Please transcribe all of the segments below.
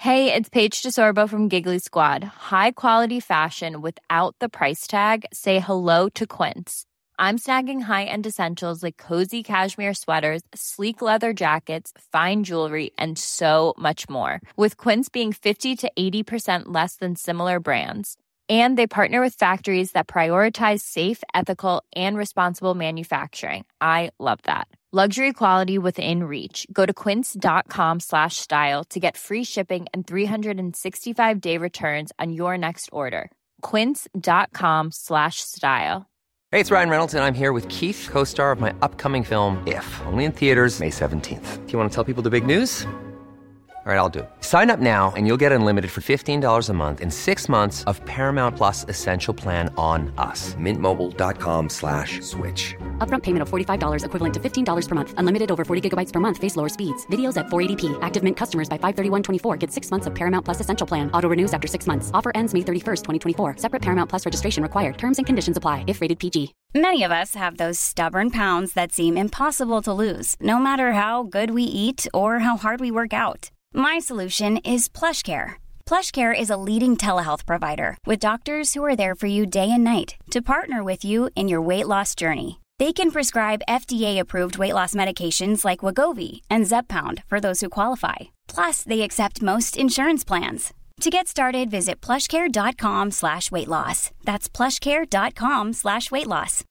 Hey, it's Paige DeSorbo from Giggly Squad. High quality fashion without the price tag. Say hello to Quince. I'm snagging high-end essentials like cozy cashmere sweaters, sleek leather jackets, fine jewelry, and so much more. With Quince being 50 to 80% less than similar brands. And they partner with factories that prioritize safe, ethical, and responsible manufacturing. I love that. Luxury quality within reach. Go to quince.com/style to get free shipping and 365-day returns on your next order. Quince.com/style. Hey, it's Ryan Reynolds, and I'm here with Keith, co-star of my upcoming film, If, only in theaters May 17th. Do you want to tell people the big news? All right, I'll do it. Sign up now and you'll get unlimited for $15 a month and 6 months of Paramount Plus Essential Plan on us. Mintmobile.com/switch. Upfront payment of $45 equivalent to $15 per month. Unlimited over 40 gigabytes per month. Face lower speeds. Videos at 480p. Active Mint customers by 531.24 get 6 months of Paramount Plus Essential Plan. Auto renews after 6 months. Offer ends May 31st, 2024. Separate Paramount Plus registration required. Terms and conditions apply if rated PG. Many of us have those stubborn pounds that seem impossible to lose, no matter how good we eat or how hard we work out. My solution is PlushCare. PlushCare is a leading telehealth provider with doctors who are there for you day and night to partner with you in your weight loss journey. They can prescribe FDA-approved weight loss medications like Wegovy and Zepbound for those who qualify. Plus, they accept most insurance plans. To get started, visit plushcare.com/weightloss. That's plushcare.com/weightloss.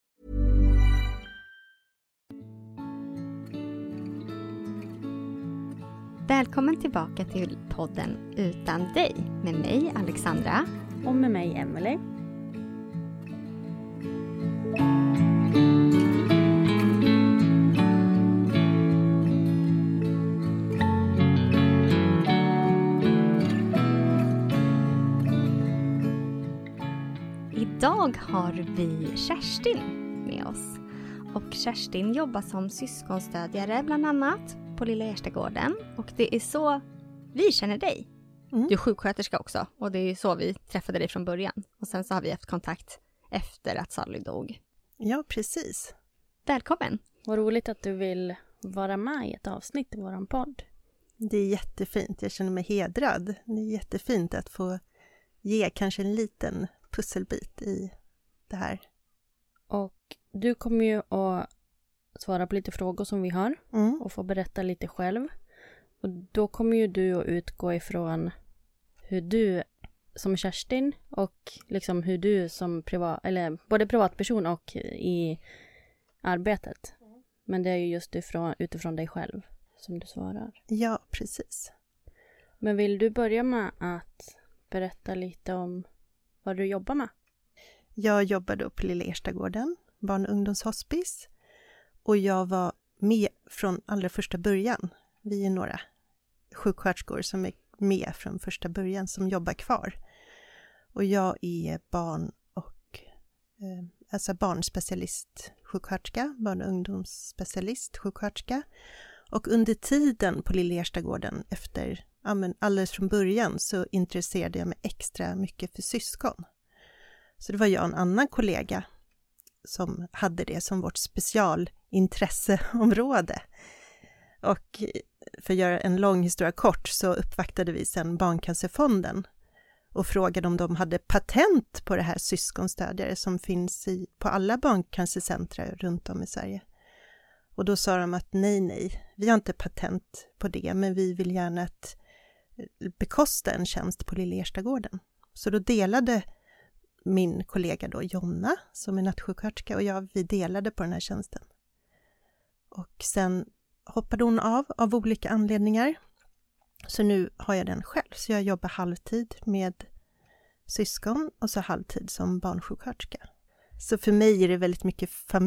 Välkommen tillbaka till podden Utan dig med mig Alexandra och med mig Emily. Idag har vi Kerstin med oss. Och Kerstin jobbar som syskonstödjare bland annat på Lilla Erstagården. Och det är så vi känner dig. Du är sjuksköterska också. Och det är så vi träffade dig från början. Och sen så har vi haft kontakt efter att Sally dog. Ja, precis. Välkommen. Vad roligt att du vill vara med i ett avsnitt i våran podd. Det är jättefint. Jag känner mig hedrad. Det är jättefint att få ge kanske en liten pusselbit i det här. Och du kommer ju att svara på lite frågor som vi har och få berätta lite själv. Och då kommer ju du att utgå ifrån hur du som Kerstin och liksom hur du som både privatperson och i arbetet. Men det är ju just utifrån dig själv som du svarar. Ja, precis. Men vill du börja med att berätta lite om vad du jobbar med? Jag jobbar då på Lilla Erstagården, barn- och ungdomshospice. Och jag var med från allra första början. Vi är några sjuksköterskor som är med från första början som jobbar kvar. Och jag är barnspecialist sjuksköterska, barn- och ungdomsspecialist sjuksköterska. Och under tiden på Lilla Erstagården alldeles från början så intresserade jag mig extra mycket för syskon. Så det var jag och en annan kollega som hade det som vårt specialintresseområde. Och för att göra en lång historia kort så uppvaktade vi sedan Barncancerfonden och frågade om de hade patent på det här syskonstödjare som finns på alla barncancercentra runt om i Sverige. Och då sa de att nej, vi har inte patent på det, men vi vill gärna bekosta en tjänst på Lilla Erstagården. Så då delade min kollega då Jonna, som är nattsjuksköterska, och vi delade på den här tjänsten. Och sen hoppade hon av olika anledningar. Så nu har jag den själv. Så jag jobbar halvtid med syskon och så halvtid som barnsjuksköterska. Så för mig är det väldigt mycket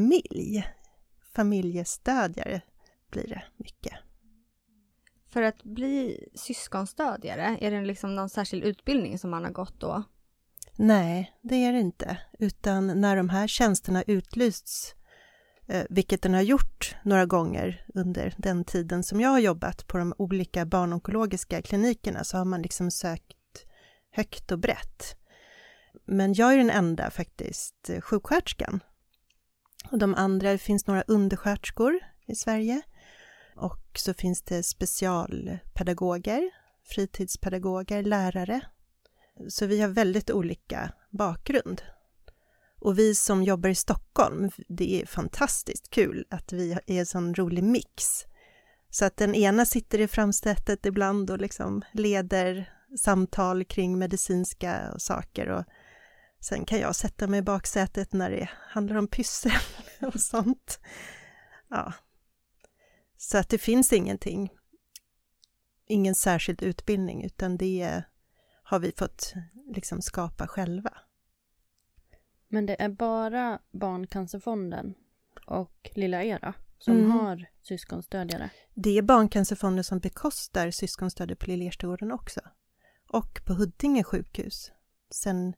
familjestödjare blir det mycket. För att bli syskonstödjare, är det liksom någon särskild utbildning som man har gått då? Nej, det är det inte. Utan när de här tjänsterna utlysts, vilket den har gjort några gånger under den tiden som jag har jobbat på de olika barnonkologiska klinikerna, så har man liksom sökt högt och brett. Men jag är den enda faktiskt sjuksköterskan. Och de andra, det finns några undersköterskor i Sverige. Och så finns det specialpedagoger fritidspedagoger, lärare. Så vi har väldigt olika bakgrund. Och vi som jobbar i Stockholm, det är fantastiskt kul att vi är en sån rolig mix. Så att den ena sitter i framsätet ibland och liksom leder samtal kring medicinska saker. Och sen kan jag sätta mig i baksätet när det handlar om pyssel och sånt. Ja. Så att det finns ingen särskild utbildning, utan det har vi fått liksom skapa själva. Men det är bara Barncancerfonden och Lilla Era som har syskonstödjare? Det är Barncancerfonden som bekostar syskonstödet på Lilla Erstagården också. Och på Huddinge sjukhus sen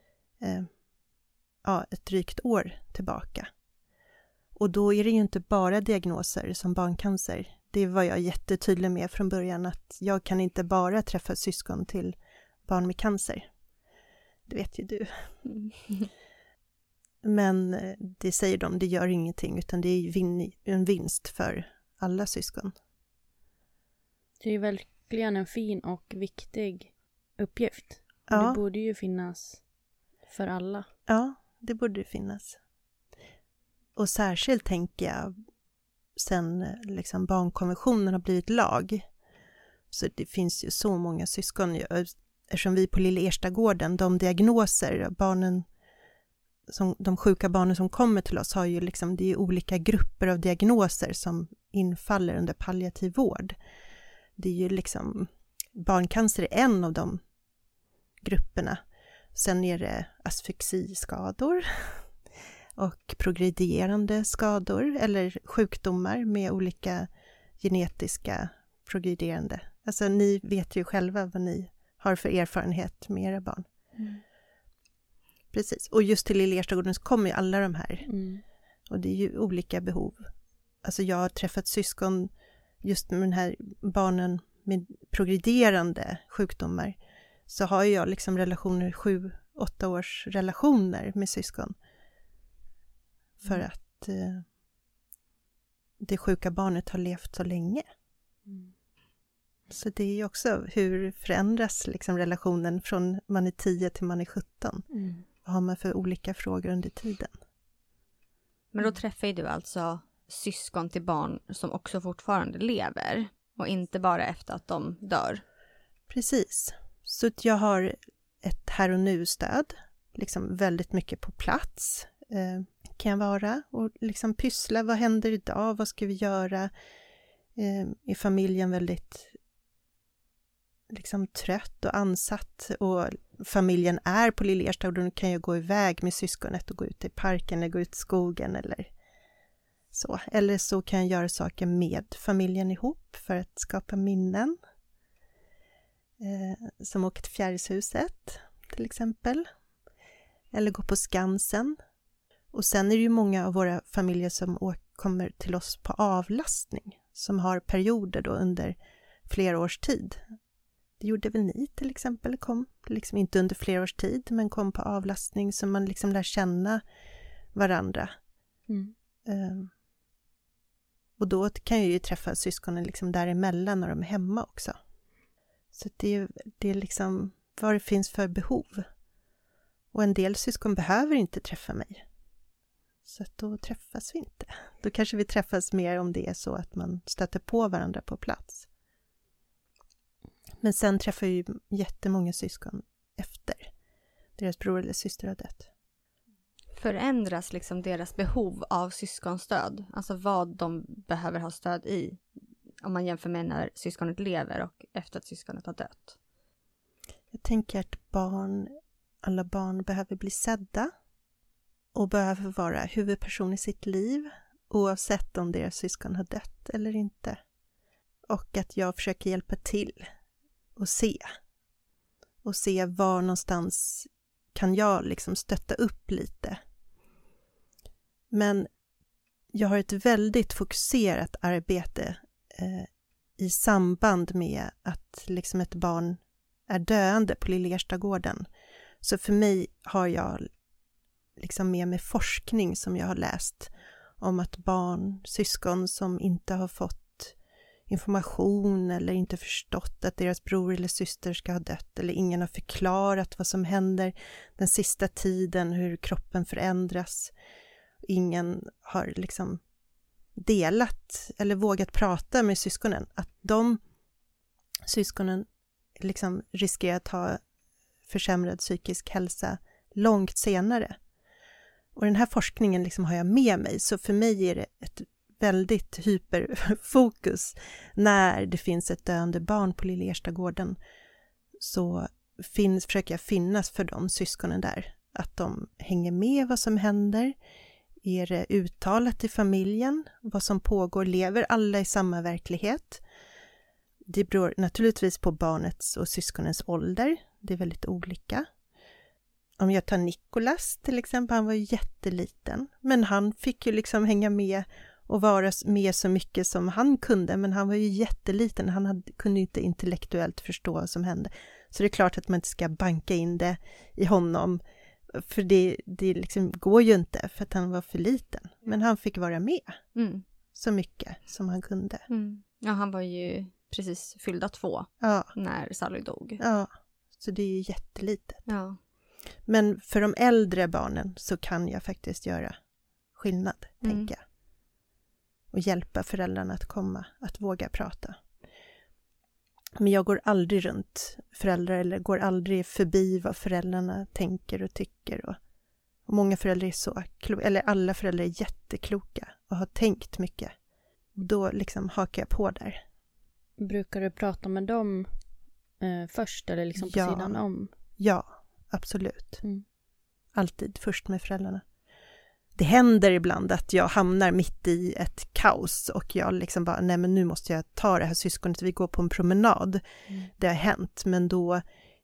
ett drygt år tillbaka. Och då är det ju inte bara diagnoser som barncancer. Det var jag jättetydlig med från början, att jag kan inte bara träffa syskon till barn med cancer. Det vet ju du. Men det säger de, det gör ingenting, utan det är en vinst för alla syskon. Det är verkligen en fin och viktig uppgift. Ja. Det borde ju finnas för alla. Ja, det borde det finnas. Och särskilt tänker jag sen liksom barnkonventionen har blivit lag. Så det finns ju så många syskon. Eftersom vi på Lilla Erstagården, de diagnoser, de sjuka barnen som kommer till oss har ju liksom, det är olika grupper av diagnoser som infaller under palliativ vård. Det är ju liksom, barncancer är en av de grupperna. Sen är det asfyxiskador och progredierande skador eller sjukdomar med olika genetiska progredierande. Alltså ni vet ju själva vad ni har för erfarenhet med era barn. Precis, och just till Lilla Erstagården så kommer ju alla de här. Och det är ju olika behov. Alltså jag har träffat syskon just med den här barnen med progredierande sjukdomar. Så har jag liksom relationer, 7-8 års relationer med syskon. För att det sjuka barnet har levt så länge. Så det är ju också hur förändras liksom relationen från man är 10 till man är 17. Vad har man för olika frågor under tiden? Men då träffar du alltså syskon till barn som också fortfarande lever och inte bara efter att de dör? Precis. Så att jag har ett här och nu-stöd, liksom väldigt mycket på plats kan jag vara och liksom pyssla, vad händer idag, vad ska vi göra? Är familjen väldigt liksom trött och ansatt och familjen är på Lilla Erstagården, då kan jag gå iväg med syskonet och gå ut i parken eller gå ut i skogen eller så. Eller så kan jag göra saker med familjen ihop för att skapa minnen. Som åka till Fjärilshuset till exempel. Eller gå på Skansen. Och sen är det ju många av våra familjer som kommer till oss på avlastning. Som har perioder då under flera års tid. Det gjorde väl ni till exempel, kom liksom inte under flera års tid men kom på avlastning så man liksom lär känna varandra. Och då kan jag ju träffa syskonen liksom däremellan när de är hemma också. Så det är liksom vad det finns för behov. Och en del syskon behöver inte träffa mig. Så att då träffas vi inte. Då kanske vi träffas mer om det är så att man stöter på varandra på plats. Men sen träffar ju jättemånga syskon efter deras bror eller syster har dött. Förändras liksom deras behov av syskonstöd? Alltså vad de behöver ha stöd i? Om man jämför med när syskonet lever och efter att syskonet har dött. Jag tänker att alla barn behöver bli sedda. Och behöver vara huvudperson i sitt liv. Oavsett om deras syskon har dött eller inte. Och att jag försöker hjälpa till. Och se var någonstans kan jag liksom stötta upp lite. Men jag har ett väldigt fokuserat arbete i samband med att liksom ett barn är döende på Lilla Erstagården. Så för mig har jag liksom med forskning som jag har läst om att syskon som inte har fått information eller inte förstått att deras bror eller syster ska ha dött, eller ingen har förklarat vad som händer den sista tiden, hur kroppen förändras. Ingen har liksom delat eller vågat prata med syskonen, att de syskonen liksom riskerar att ha försämrad psykisk hälsa långt senare. Och den här forskningen liksom har jag med mig, så för mig är det ett väldigt hyperfokus. När det finns ett döende barn på Lilla Erstagården så försöker jag finnas för de syskonen där. Att de hänger med vad som händer. Är det uttalat i familjen vad som pågår? Lever alla i samma verklighet? Det beror naturligtvis på barnets och syskonens ålder. Det är väldigt olika. Om jag tar Nicolas till exempel, han var ju jätteliten. Men han fick ju liksom hänga med och vara med så mycket som han kunde. Men han var ju jätteliten, kunde inte intellektuellt förstå vad som hände. Så det är klart att man inte ska banka in det i honom. För det liksom går ju inte, för att han var för liten. Men han fick vara med så mycket som han kunde. Ja, han var ju precis fyllda 2 när Sally dog. Ja, så det är ju jättelitet. Ja. Men för de äldre barnen så kan jag faktiskt göra skillnad, tänker jag. Och hjälpa föräldrarna att komma, att våga prata. Men jag går aldrig runt föräldrar eller går aldrig förbi vad föräldrarna tänker och tycker. Och många föräldrar är så kloka, eller alla föräldrar är jättekloka och har tänkt mycket. Och då liksom hakar jag på där. Brukar du prata med dem först eller liksom på sidan om? Ja, absolut. Alltid först med föräldrarna. Det händer ibland att jag hamnar mitt i ett kaos och jag liksom bara, nej men nu måste jag ta det här syskonet, vi går på en promenad. Det har hänt, men då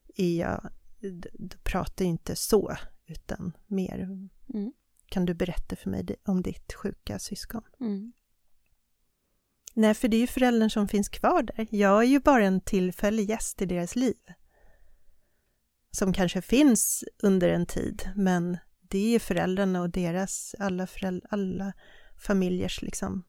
pratar jag inte så, utan mer. Kan du berätta för mig om ditt sjuka syskon? Nej, för det är ju föräldern som finns kvar där. Jag är ju bara en tillfällig gäst i deras liv. Som kanske finns under en tid, men det är föräldrarna och deras, alla familjers liksom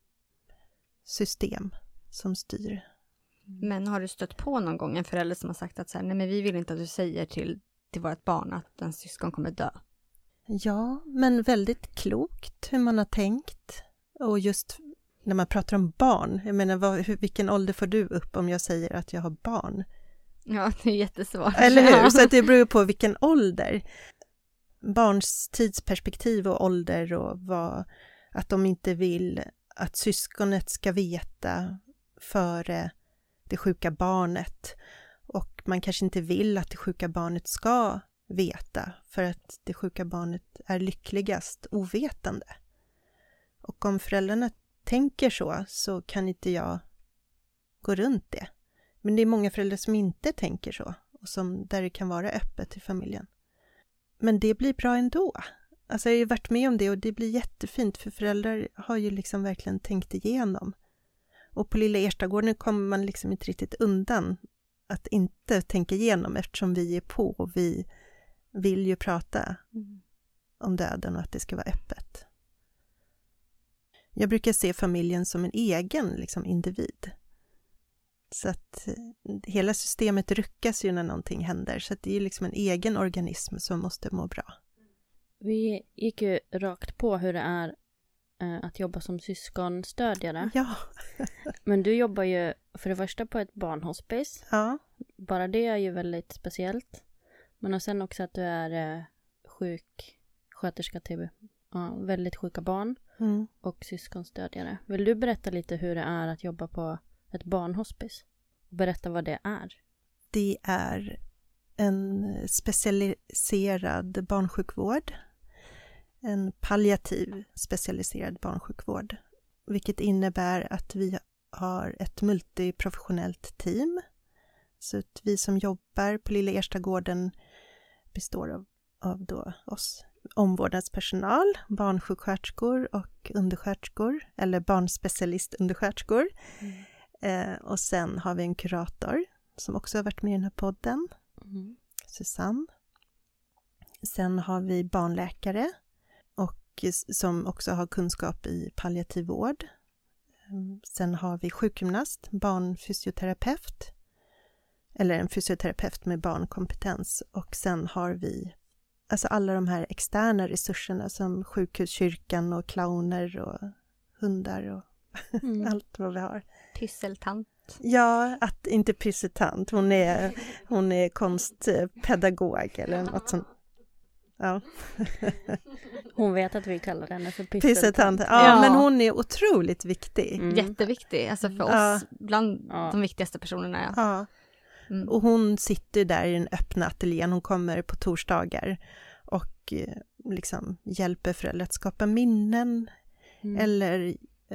system som styr. Men har du stött på någon gång en förälder som har sagt att så här, nej men vi vill inte att du säger till vårt barn att en syskon kommer dö? Ja, men väldigt klokt hur man har tänkt. Och just när man pratar om barn, jag menar vilken ålder får du upp om jag säger att jag har barn? Ja, det är jättesvårt. Eller hur? Så att det beror på vilken ålder. Barns tidsperspektiv och ålder och att de inte vill att syskonet ska veta före det sjuka barnet. Och man kanske inte vill att det sjuka barnet ska veta för att det sjuka barnet är lyckligast ovetande. Och om föräldrarna tänker så kan inte jag gå runt det. Men det är många föräldrar som inte tänker så och där det kan vara öppet i familjen. Men det blir bra ändå. Alltså jag har ju varit med om det och det blir jättefint för föräldrar har ju liksom verkligen tänkt igenom. Och på Lilla Erstagården kommer man liksom inte riktigt undan att inte tänka igenom eftersom vi är på och vi vill ju prata om döden och att det ska vara öppet. Jag brukar se familjen som en egen liksom, individ. Så att hela systemet ruckas ju när någonting händer. Så att det är liksom en egen organism som måste må bra. Vi gick ju rakt på hur det är att jobba som syskonstödjare. Ja. Men du jobbar ju för det första på ett barnhospice. Ja. Bara det är ju väldigt speciellt. Men och sen också att du är sjuksköterska till väldigt sjuka barn. Och syskonstödjare. Vill du berätta lite hur det är att jobba på ett barnhospice? Berätta vad det är. Det är en specialiserad barnsjukvård. En palliativ specialiserad barnsjukvård. Vilket innebär att vi har ett multiprofessionellt team. Så att vi som jobbar på Lilla Erstagården består av då oss omvårdnadspersonal, barnsjuksköterskor och undersköterskor. Eller barnspecialistundersköterskor. Och sen har vi en kurator som också har varit med i den här podden. Susanne. Sen har vi barnläkare och som också har kunskap i palliativ vård. Sen har vi sjukgymnast, barnfysioterapeut. Eller en fysioterapeut med barnkompetens. Och sen har vi alltså alla de här externa resurserna som sjukhuskyrkan och clowner och hundar och allt vad vi har. Pysseltant. Ja, att inte pysseltant. Hon är konstpedagog eller något sånt. Ja. Hon vet att vi kallar henne för pysseltant. Ja, men hon är otroligt viktig. Jätteviktig, alltså för oss bland de viktigaste personerna. Ja. Och hon sitter där i den öppna ateljén. Hon kommer på torsdagar och liksom hjälper föräldrar att skapa minnen eller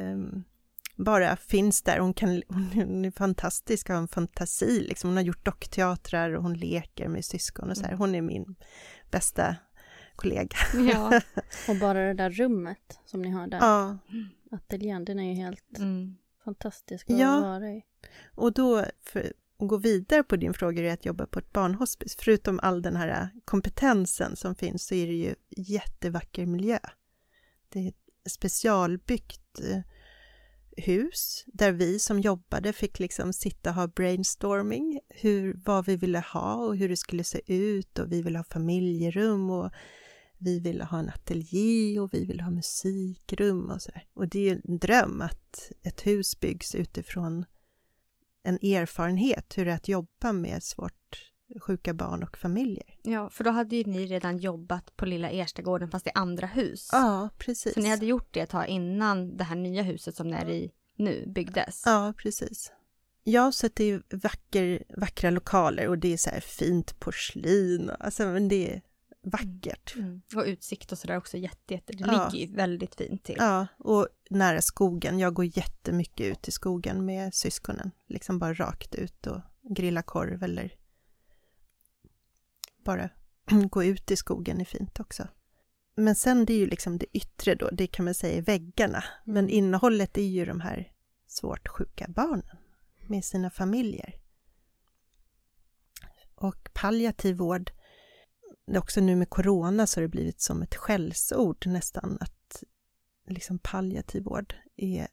bara finns där. Hon är fantastisk, har en fantasi. Liksom. Hon har gjort dockteatrar och hon leker med syskon och så här. Hon är min bästa kollega. Ja. Och bara det där rummet som ni har där. Ja. Ateljén, den är ju helt fantastisk att vara i. Och då, för att gå vidare på din fråga, är att jobba på ett barnhospice. Förutom all den här kompetensen som finns så är det ju jättevacker miljö. Det är ett specialbyggt hus där vi som jobbade fick liksom sitta och ha brainstorming vad vi ville ha och hur det skulle se ut, och vi ville ha familjerum och vi ville ha en ateljé och vi ville ha musikrum och sådär. Och det är ju en dröm att ett hus byggs utifrån en erfarenhet hur det är att jobba med svårt sjuka barn och familjer. Ja, för då hade ju ni redan jobbat på Lilla Erstagården fast i andra hus. Ja, precis. Så ni hade gjort det ett tag innan det här nya huset som ni är i nu byggdes. Ja, precis. Ja, så det är vackra lokaler och det är så här fint porslin. Alltså, men det är vackert. Och utsikt och sådär också det ligger ju väldigt fint till. Ja, och nära skogen. Jag går jättemycket ut i skogen med syskonen. Liksom bara rakt ut och grilla korv eller bara gå ut i skogen är fint också. Men sen det är ju liksom det yttre då, det kan man säga är väggarna. Men innehållet är ju de här svårt sjuka barnen med sina familjer. Och palliativ vård, det är också nu med corona så har det blivit som ett skällsord nästan, att liksom palliativ vård är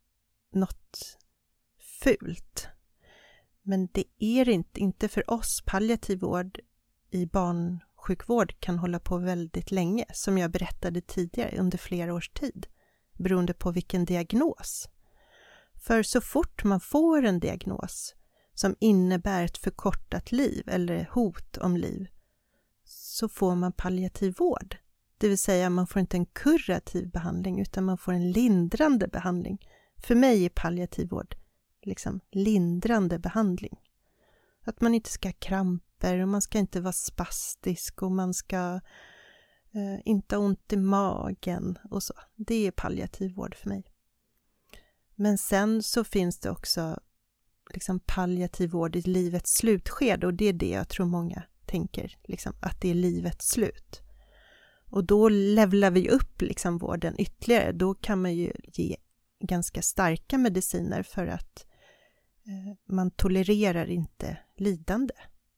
något fult. Men det är det inte för oss. Palliativ vård i barnsjukvård kan hålla på väldigt länge, som jag berättade tidigare, under flera års tid, beroende på vilken diagnos. För så fort man får en diagnos som innebär ett förkortat liv eller hot om liv, så får man palliativ vård. Det vill säga man får inte en kurativ behandling utan man får en lindrande behandling. För mig är palliativ vård liksom lindrande behandling. Att man inte ska ha kramper och man ska inte vara spastisk och man ska inte ha ont i magen och så. Det är palliativ vård för mig. Men sen så finns det också liksom palliativ vård i livets slutskede, och det är det jag tror många tänker, liksom, att det är livets slut. Och då levlar vi upp liksom vården ytterligare. Då kan man ju ge ganska starka mediciner för att man tolererar inte lidande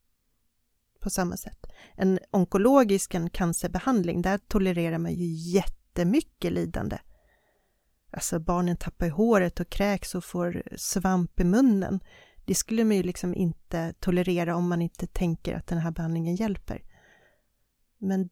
på samma sätt. En onkologisk cancerbehandling, där tolererar man ju jättemycket lidande. Alltså barnen tappar i håret och kräks och får svamp i munnen. Det skulle man ju liksom inte tolerera om man inte tänker att den här behandlingen hjälper. Men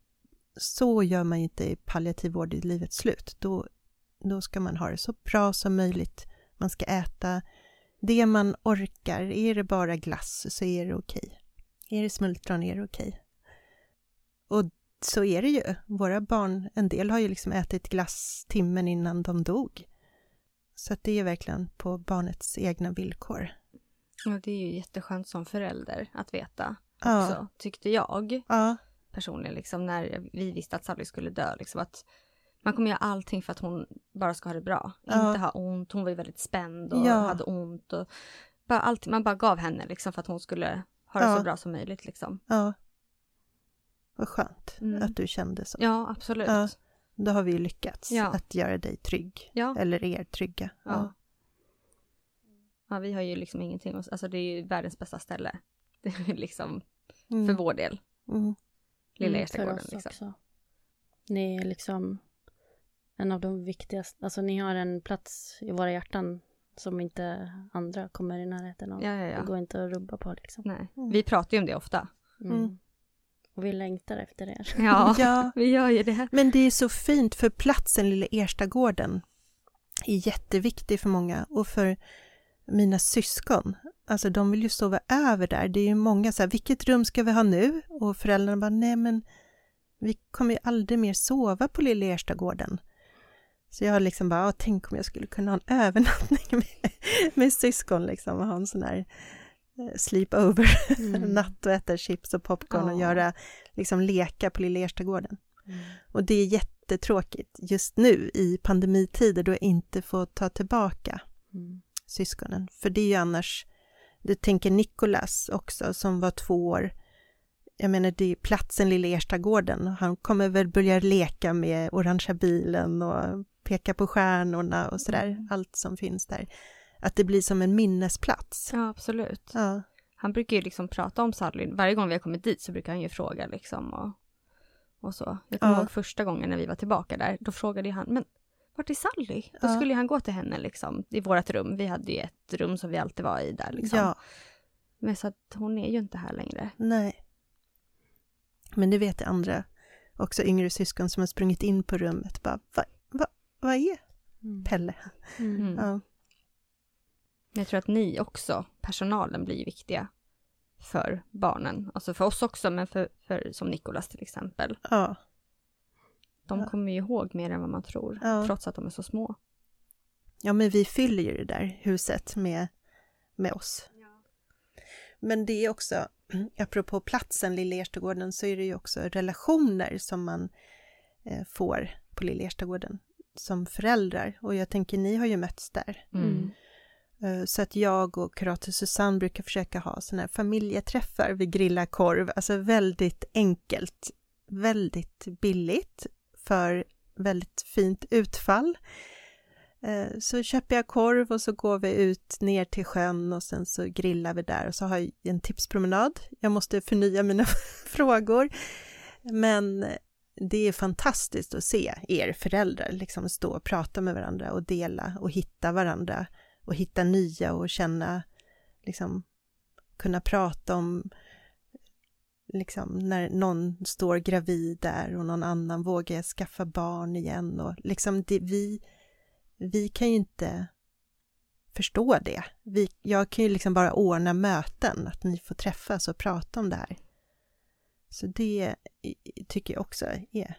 så gör man inte i palliativ vård i livets slut. Då ska man ha det så bra som möjligt. Man ska äta det man orkar. Är det bara glass så är det okej. Är det smultron är det okej. Och så är det ju. Våra barn, en del har ju liksom ätit glass timmen innan de dog. Så att det är verkligen på barnets egna villkor. Ja, det är ju jätteskönt som förälder att veta också, tyckte jag. Ja. Personligen, liksom, när vi visste att Sally skulle dö. Liksom, att man kommer göra allting för att hon bara ska ha det bra. Inte ha ont. Hon var ju väldigt spänd och hade ont. Och man bara gav henne liksom, för att hon skulle ha det så bra som möjligt. Liksom. Ja. Vad skönt att du kände så. Ja, absolut. Ja, då har vi ju lyckats att göra dig trygg. Ja. Eller er trygga. Ja. Ja, vi har ju liksom ingenting. Alltså det är ju världens bästa ställe. Det är liksom för vår del. Lilla Erstagården liksom. Också. Ni är liksom en av de viktigaste. Alltså ni har en plats i våra hjärtan som inte andra kommer i närheten av. Ja. Det går inte att rubba på liksom. Nej. Vi pratar ju om det ofta. Och vi längtar efter er. Ja, vi gör ju det. Men det är så fint, för platsen Lilla Erstagården är jätteviktig för många, och för mina syskon. Alltså de vill ju sova över där. Det är ju många så här, vilket rum ska vi ha nu? Och föräldrarna bara, nej men vi kommer ju aldrig mer sova på Lilla Erstagården. Så jag har liksom bara, tänk om jag skulle kunna ha en övernattning med syskon liksom, och ha en sån här sleepover natt och äta chips och popcorn och göra liksom leka på Lilla Erstagården. Och det är jättetråkigt just nu i pandemitider då jag inte får ta tillbaka syskonen. För det är ju annars, du tänker Nicolas också som var 2 år. Jag menar, det är platsen Lilla Erstagården. Han kommer väl börja leka med orangea bilen och peka på stjärnorna och sådär. Allt som finns där. Att det blir som en minnesplats. Ja, absolut. Ja. Han brukar ju liksom prata om Sally. Varje gång vi har kommit dit så brukar han ju fråga liksom och så. Jag kommer ihåg första gången när vi var tillbaka där. Då frågade han, men vart är Sally? Då skulle han gå till henne liksom i vårt rum. Vi hade ju ett rum som vi alltid var i där liksom. Ja. Men så att hon är ju inte här längre. Nej. Men det vet jag andra, också yngre syskon som har sprungit in på rummet. Bara, vad är Pelle? Ja. Jag tror att ni också, personalen, blir viktiga för barnen. Alltså för oss också, men för som Nicolas till exempel. Ja. De kommer ju ihåg mer än vad man tror, trots att de är så små. Ja, men vi fyller ju det där huset med oss. Ja. Men det är också, apropå platsen Lilla Erstagården, så är det ju också relationer som man får på Lilla Erstagården som föräldrar. Och jag tänker, ni har ju mötts där. Så att jag och kurator Susanne brukar försöka ha såna här familjeträffar. Vi grillar korv, alltså väldigt enkelt, väldigt billigt för väldigt fint utfall. Så köper jag korv och så går vi ut ner till sjön och sen så grillar vi där. Och så har jag en tipspromenad. Jag måste förnya mina frågor. Men det är fantastiskt att se er föräldrar liksom stå och prata med varandra och dela och hitta varandra. Och hitta nya och känna, liksom, kunna prata om liksom, när någon står gravid där och någon annan vågar skaffa barn igen. Och liksom vi kan ju inte förstå det. Jag kan ju liksom bara ordna möten, att ni får träffas och prata om det här. Så det tycker jag också är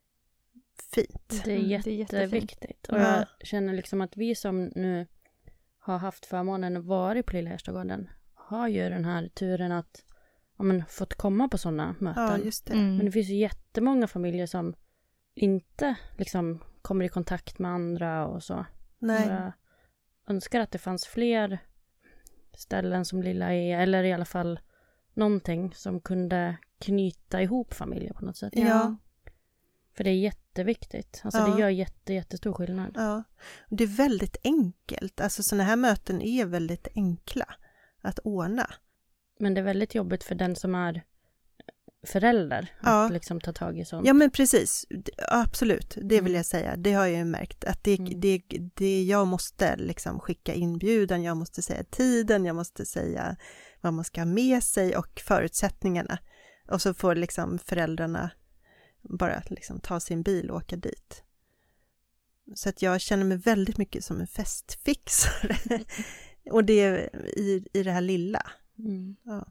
fint. Det är jätteviktigt. Och jag känner liksom att vi som nu har haft förmånen att vara på Lilla Erstagården har ju den här turen att fått komma på sådana möten. Ja, just det. Men det finns ju jättemånga familjer som inte liksom kommer i kontakt med andra och så. Nej. Jag önskar att det fanns fler ställen som Lilla är, eller i alla fall någonting som kunde knyta ihop familjer på något sätt. Ja. För det är jätteviktigt. Alltså det gör jättestor skillnad. Ja. Det är väldigt enkelt. Alltså sådana här möten är väldigt enkla att ordna. Men det är väldigt jobbigt för den som är förälder att liksom ta tag i sånt. Ja, men precis. Absolut. Det vill jag säga. Det har jag ju märkt. Att jag måste liksom skicka inbjudan. Jag måste säga tiden. Jag måste säga vad man ska ha med sig och förutsättningarna. Och så får liksom föräldrarna bara liksom ta sin bil och åka dit. Så att jag känner mig väldigt mycket som en festfixare. Och det är i det här lilla. Ja.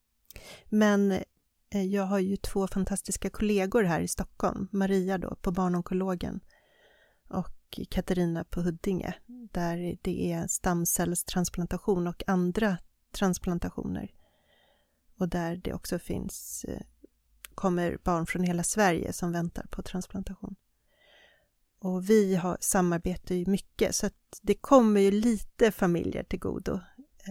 Men jag har ju 2 fantastiska kollegor här i Stockholm. Maria då på barnonkologen och Katarina på Huddinge. Där det är stamcellstransplantation och andra transplantationer. Och där det också kommer barn från hela Sverige som väntar på transplantation. Och vi har samarbetat ju mycket, så att det kommer ju lite familjer till godo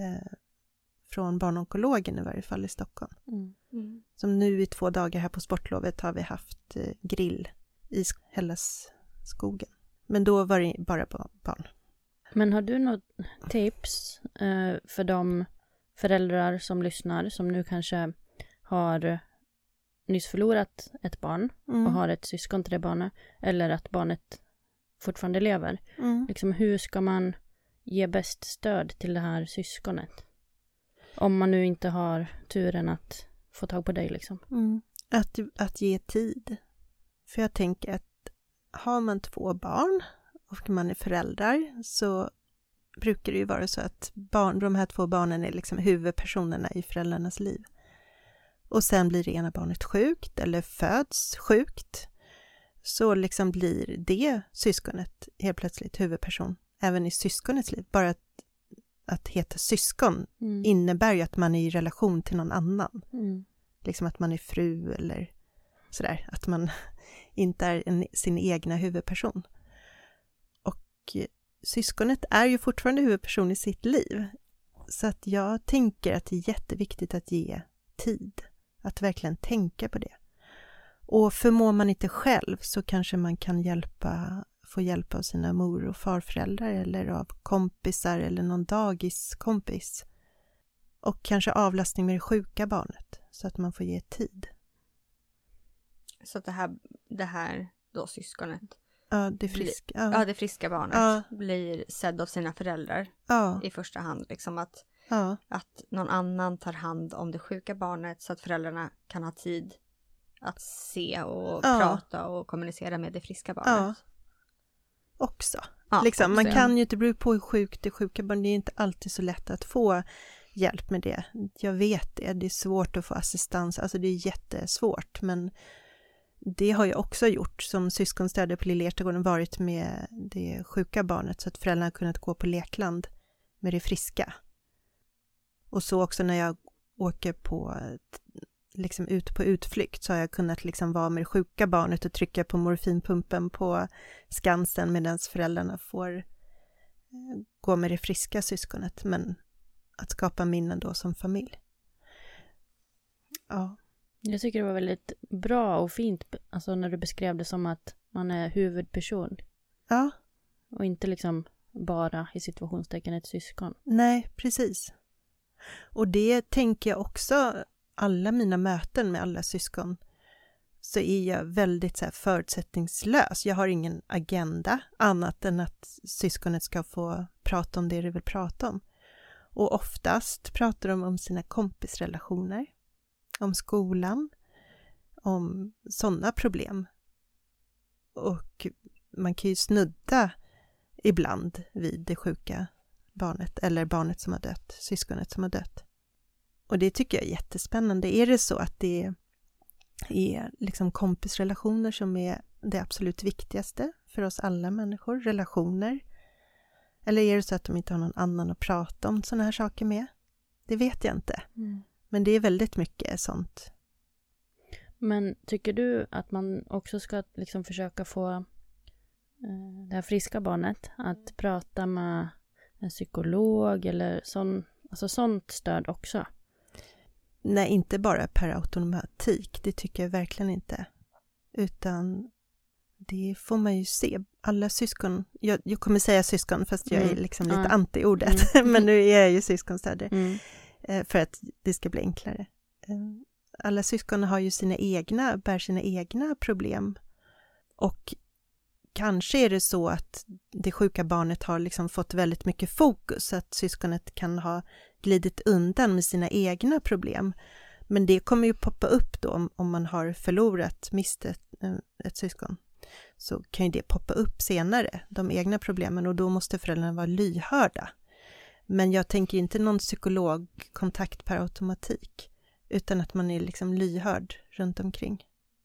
från barnonkologen i varje fall i Stockholm. Som nu i 2 dagar här på sportlovet har vi haft grill i Hällaskogen. Men då var det bara barn. Men har du något tips för de föräldrar som lyssnar som nu kanske har nyss förlorat ett barn och har ett syskon till det barnet, eller att barnet fortfarande lever. Liksom, hur ska man ge bäst stöd till det här syskonet? Om man nu inte har turen att få tag på dig liksom. Att ge tid. För jag tänker att har man 2 barn och man är föräldrar, så brukar det ju vara så att de här 2 barnen är liksom huvudpersonerna i föräldrarnas liv. Och sen blir det ena barnet sjukt eller föds sjukt, så liksom blir det syskonet helt plötsligt huvudperson även i syskonets liv. Bara att heta syskon innebär ju att man är i relation till någon annan. Liksom att man är fru eller sådär. Att man inte är sin egna huvudperson. Och syskonet är ju fortfarande huvudperson i sitt liv. Så att jag tänker att det är jätteviktigt att ge tid. Att verkligen tänka på det. Och förmår man inte själv, så kanske man kan få hjälp av sina mor- och farföräldrar eller av kompisar eller någon dagiskompis. Och kanske avlastning med det sjuka barnet, så att man får ge tid. Så att det här då syskonet, det friska barnet blir sedd av sina föräldrar i första hand. Liksom att någon annan tar hand om det sjuka barnet, så att föräldrarna kan ha tid att se och prata och kommunicera med det friska barnet. Också. Liksom, man kan ju inte bero på hur sjukt det sjuka barnet. Det är inte alltid så lätt att få hjälp med det. Jag vet det. Det är svårt att få assistans. Alltså det är jättesvårt. Men det har jag också gjort som syskonstödjare på Lilla Erstagården, varit med det sjuka barnet, så att föräldrarna har kunnat gå på lekland med det friska. Och så också när jag åker liksom ut på utflykt, så har jag kunnat liksom vara med det sjuka barnet och trycka på morfinpumpen på Skansen, medan föräldrarna får gå med det friska syskonet. Men att skapa minnen då som familj. Ja. Jag tycker det var väldigt bra och fint, alltså när du beskrev det som att man är huvudperson. Ja. Och inte liksom bara i situationstecken ett syskon. Nej, precis. Och det tänker jag också, alla mina möten med alla syskon, så är jag väldigt så här förutsättningslös. Jag har ingen agenda annat än att syskonet ska få prata om det de vill prata om. Och oftast pratar de om sina kompisrelationer, om skolan, om sådana problem. Och man kan ju snudda ibland vid det sjuka barnet, eller barnet som har dött, syskonet som har dött. Och det tycker jag är jättespännande. Är det så att det är liksom kompisrelationer som är det absolut viktigaste för oss alla människor, relationer? Eller är det så att de inte har någon annan att prata om sådana här saker med? Det vet jag inte. Men det är väldigt mycket sånt. Men tycker du att man också ska liksom försöka få det här friska barnet att prata med en psykolog eller sånt stöd också? Nej, inte bara per automatik. Det tycker jag verkligen inte. Utan det får man ju se. Alla syskon, jag kommer säga syskon fast jag är liksom lite anti-ordet. Men nu är jag ju syskonstödjare. För att det ska bli enklare. Alla syskon har ju bär sina egna problem. Och kanske är det så att det sjuka barnet har liksom fått väldigt mycket fokus. Att syskonet kan ha glidit undan med sina egna problem. Men det kommer ju poppa upp då om man har mist ett syskon. Så kan ju det poppa upp senare, de egna problemen. Och då måste föräldrarna vara lyhörda. Men jag tänker inte någon psykologkontakt per automatik. Utan att man är liksom lyhörd runt omkring.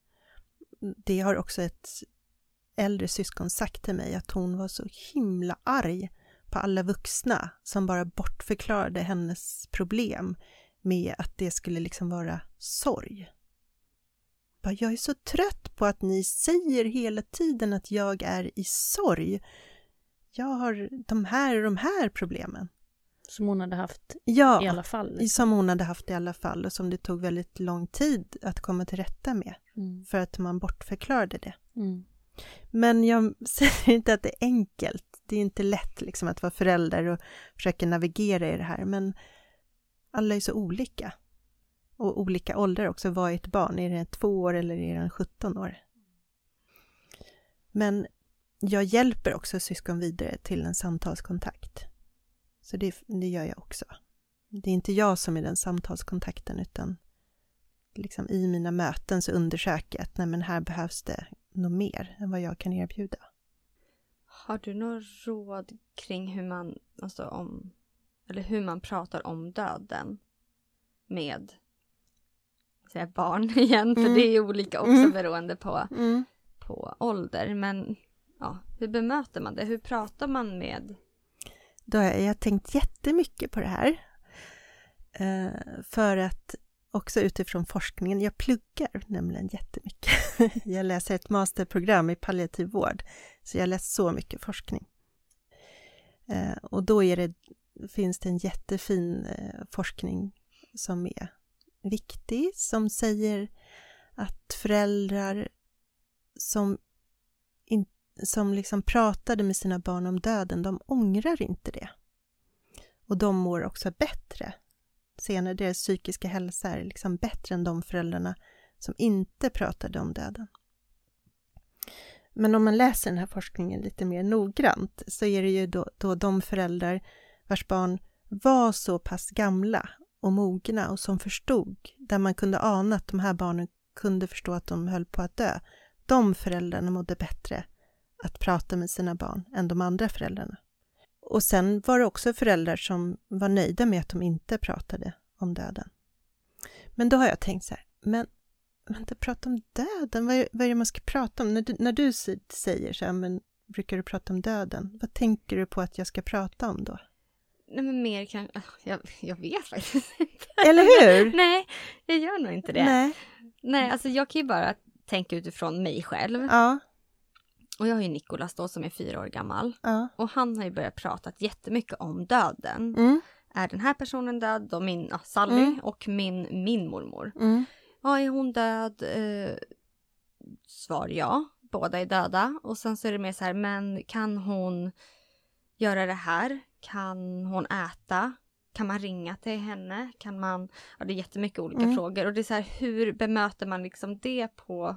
Det har också ett äldre syskon sagt till mig, att hon var så himla arg på alla vuxna som bara bortförklarade hennes problem med att det skulle liksom vara sorg. Jag är så trött på att ni säger hela tiden att jag är i sorg. Jag har de här problemen. Som hon hade haft i alla fall. Ja, som hon hade haft i alla fall och som det tog väldigt lång tid att komma till rätta med. För att man bortförklarade det. Men jag säger inte att det är enkelt. Det är inte lätt liksom att vara förälder och försöka navigera i det här. Men alla är så olika. Och olika åldrar också. Vad är ett barn? Är det 2 år eller är det 17 år? Men jag hjälper också syskon vidare till en samtalskontakt. Så det gör jag också. Det är inte jag som är den samtalskontakten, utan liksom i mina möten så undersöker jag att nej, men här behövs det något mer än vad jag kan erbjuda. Har du några råd kring hur man, hur man pratar om döden med barn igen? För det är olika också beroende på ålder. Men ja, hur bemöter man det? Hur pratar man med? Då har jag tänkt jättemycket på det här. För att också utifrån forskningen, jag pluggar nämligen jättemycket. Jag läser ett masterprogram i palliativ vård, så jag läser så mycket forskning. Och då finns det en jättefin forskning som är viktig, som säger att föräldrar som liksom pratade med sina barn om döden, de ångrar inte det. Och de mår också bättre. Senare, deras psykiska hälsa är liksom bättre än de föräldrarna som inte pratade om döden. Men om man läser den här forskningen lite mer noggrant, så är det ju då de föräldrar vars barn var så pass gamla och mogna och som förstod, där man kunde ana att de här barnen kunde förstå att de höll på att dö. De föräldrarna mådde bättre att prata med sina barn än de andra föräldrarna. Och sen var det också föräldrar som var nöjda med att de inte pratade om döden. Men då har jag tänkt så här, men inte prata om döden, vad är det man ska prata om? När du säger så här, men brukar du prata om döden? Vad tänker du på att jag ska prata om då? Nej, men mer kan... Jag vet faktiskt inte. Eller hur? Nej, jag gör nog inte det. Nej, alltså jag kan ju bara tänka utifrån mig själv. Ja. Och jag har ju Nicolas då som är 4 år gammal. Ja. Och han har ju börjat prata jättemycket om döden. Är den här personen död? Då min Sally och min mormor. Ja, är hon död? Svar ja. Båda är döda. Och sen så är det mer så här, men kan hon göra det här? Kan hon äta? Kan man ringa till henne? Kan man... Ja, det är jättemycket olika frågor. Och det är så här, hur bemöter man liksom det på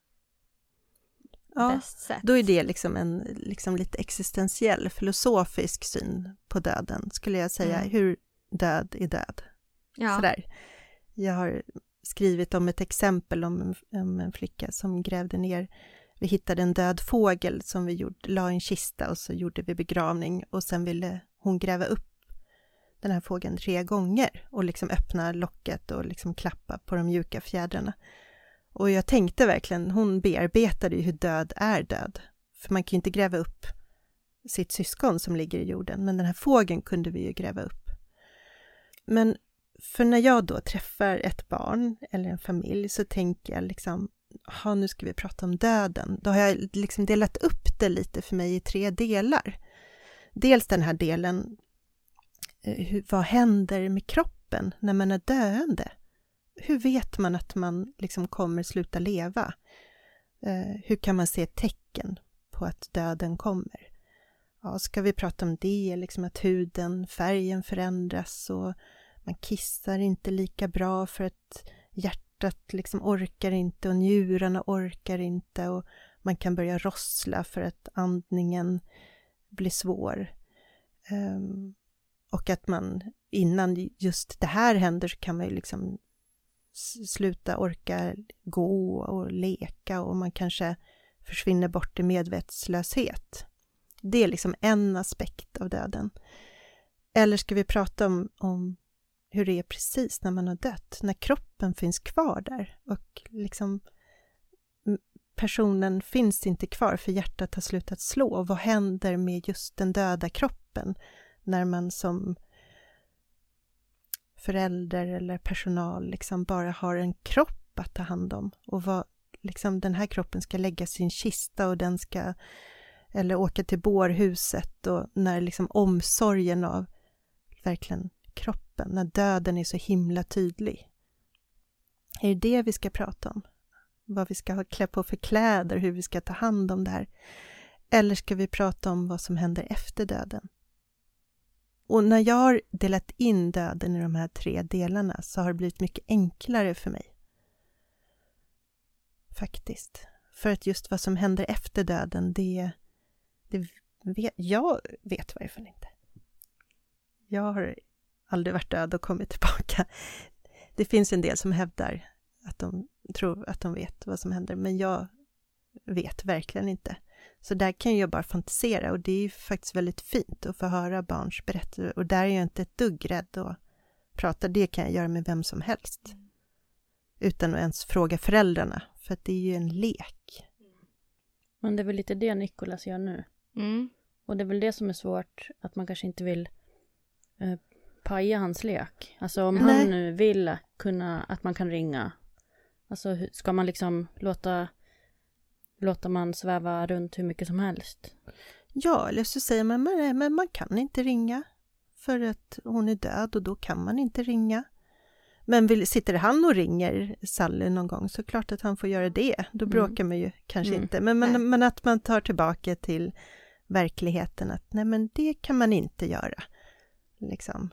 bäst sätt? Då är det liksom en lite existentiell, filosofisk syn på döden, skulle jag säga. Hur död är död. Ja. Sådär. Jag har skrivit om ett exempel om en flicka som grävde ner. Vi hittade en död fågel som vi la i en kista och så gjorde vi begravning. Och sen ville hon gräva upp den här fågeln 3 gånger och liksom öppna locket och liksom klappa på de mjuka fjädrarna. Och jag tänkte verkligen, hon bearbetade ju hur död är död. För man kan ju inte gräva upp sitt syskon som ligger i jorden, men den här fågeln kunde vi ju gräva upp. Men för när jag då träffar ett barn eller en familj så tänker jag liksom, nu ska vi prata om döden. Då har jag liksom delat upp det lite för mig i 3 delar. Dels den här delen, vad händer med kroppen när man är döende? Hur vet man att man liksom kommer sluta leva? Hur kan man se tecken på att döden kommer? Ja, ska vi prata om det, liksom att huden, färgen förändras och man kissar inte lika bra för att hjärtat liksom orkar inte och njurarna orkar inte och man kan börja rossla för att andningen blir svår. Och att man innan just det här händer så kan man ju liksom sluta orka gå och leka och man kanske försvinner bort i medvetslöshet. Det är liksom en aspekt av döden. Eller ska vi prata om hur det är precis när man har dött, när kroppen finns kvar där och liksom personen finns inte kvar för hjärtat har slutat slå. Och vad händer med just den döda kroppen när man som förälder eller personal liksom bara har en kropp att ta hand om och vad liksom den här kroppen ska läggas i en kista och den ska eller åka till bårhuset och när liksom omsorgen av verkligen kroppen, när döden är så himla tydlig. Är det vi ska prata om? Vad vi ska klä på för kläder, hur vi ska ta hand om det här? Eller ska vi prata om vad som händer efter döden? Och när jag har delat in döden i de här 3 delarna så har det blivit mycket enklare för mig. Faktiskt. För att just vad som händer efter döden, det Jag vet i varje fall inte. Jag har aldrig varit död och kommit tillbaka. Det finns en del som hävdar att de tror att de vet vad som händer, men jag vet verkligen inte. Så där kan jag bara fantisera, och det är ju faktiskt väldigt fint att få höra barns berättelser, och där är jag inte ett dugg rädd att prata. Det kan jag göra med vem som helst. Utan att ens fråga föräldrarna, för att det är ju en lek. Men det är väl lite det Nicholas gör nu. Och det är väl det som är svårt, att man kanske inte vill paja hans lek. Alltså om han nu vill kunna, att man kan ringa. Alltså ska man liksom låta man sväva runt hur mycket som helst? Ja, eller så säger man, men man kan inte ringa för att hon är död, och då kan man inte ringa. Men sitter han och ringer Sally någon gång, så klart att han får göra det. Då bråkar man ju kanske inte. Men att man tar tillbaka till verkligheten, att nej, men det kan man inte göra. Liksom.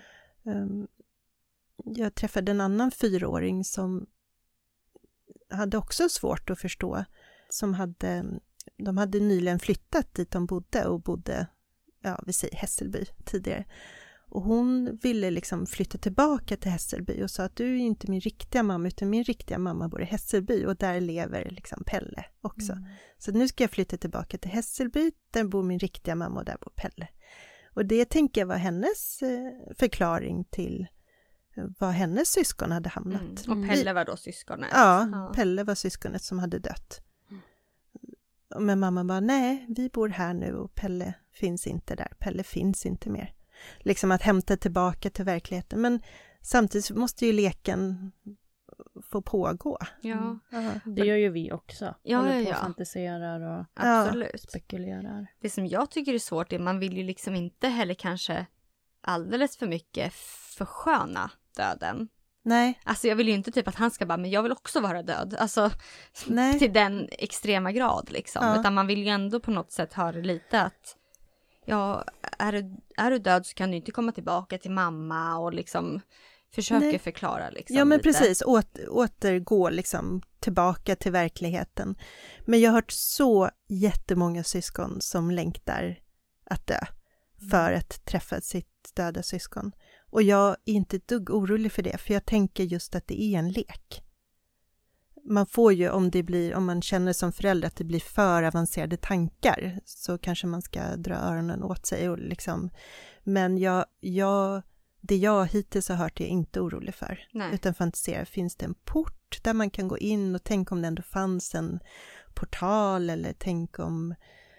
Jag träffade en annan 4-åring som hade också svårt att förstå. De hade nyligen flyttat dit de bodde, och bodde, vi säger Hässelby tidigare. Och hon ville liksom flytta tillbaka till Hässelby och sa att du är inte min riktiga mamma, utan min riktiga mamma bor i Hässelby, och där lever liksom Pelle också. Så nu ska jag flytta tillbaka till Hässelby, där bor min riktiga mamma och där bor Pelle. Och det tänker jag var hennes förklaring till var hennes syskon hade hamnat. Och Pelle var då syskonet? Ja, Pelle var syskonet som hade dött. Men mamma bara, nej, vi bor här nu och Pelle finns inte där. Pelle finns inte mer. Liksom att hämta tillbaka till verkligheten. Men samtidigt måste ju leken få pågå. Ja, det gör ju vi också. Håller på och fantiserar och spekulerar. Det som jag tycker är svårt är att man vill ju liksom inte heller kanske alldeles för mycket försköna döden. Nej. Alltså jag vill ju inte typ att han ska bara, men jag vill också vara död. Alltså till den extrema grad liksom. Utan man vill ju ändå på något sätt ha det lite att är du död så kan du inte komma tillbaka till mamma och liksom försöka förklara liksom. Ja, men lite. Precis, återgå liksom tillbaka till verkligheten. Men jag har hört så jättemånga syskon som längtar att dö för att träffa sitt döda syskon. Och jag är inte ett dugg orolig för det, för jag tänker just att det är en lek. Man får ju, om man känner som förälder att det blir för avancerade tankar, så kanske man ska dra öronen åt sig. Och liksom, men det jag hittills har hört är jag inte orolig för. Nej. Utan fantiserar, finns det en port där man kan gå in, och tänk om det ändå fanns en portal, eller tänk om,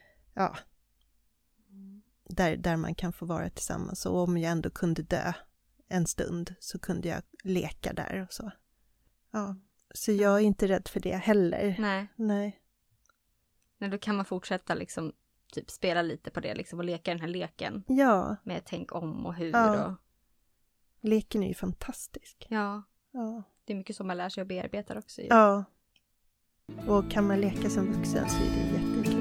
där man kan få vara tillsammans. Och om jag ändå kunde dö en stund, så kunde jag leka där och så. Ja. Så jag är inte rädd för det heller. Nej, då kan man fortsätta liksom typ spela lite på det liksom, och leka den här leken. Ja. Med tänk om och hur. Ja. Och... Leken är ju fantastisk. Ja. Det är mycket som man lär sig och bearbetar också. Ju. Ja. Och kan man leka som vuxen så är det jättekul.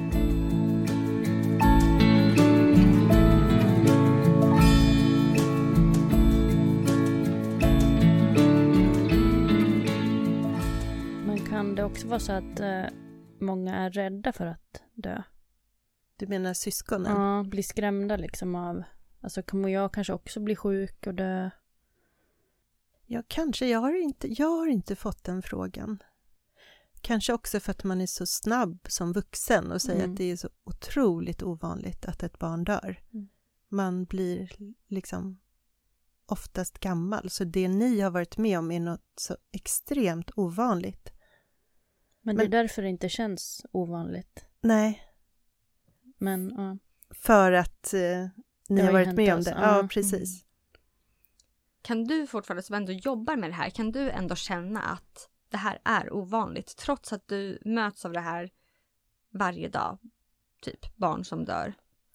Kan det också vara så att många är rädda för att dö? Du menar syskonen? Ja, blir skrämda liksom av... Alltså kommer jag kanske också bli sjuk och dö? Ja, kanske. Jag har inte fått den frågan. Kanske också för att man är så snabb som vuxen och säger att det är så otroligt ovanligt att ett barn dör. Man blir liksom oftast gammal. Så det ni har varit med om är något så extremt ovanligt. Men det är därför det inte känns ovanligt. Nej. Men, för att ni har varit med om det. Ja, precis. Kan du fortfarande som ändå jobbar med det här, kan du ändå känna att det här är ovanligt? Trots att du möts av det här varje dag. Typ barn som dör.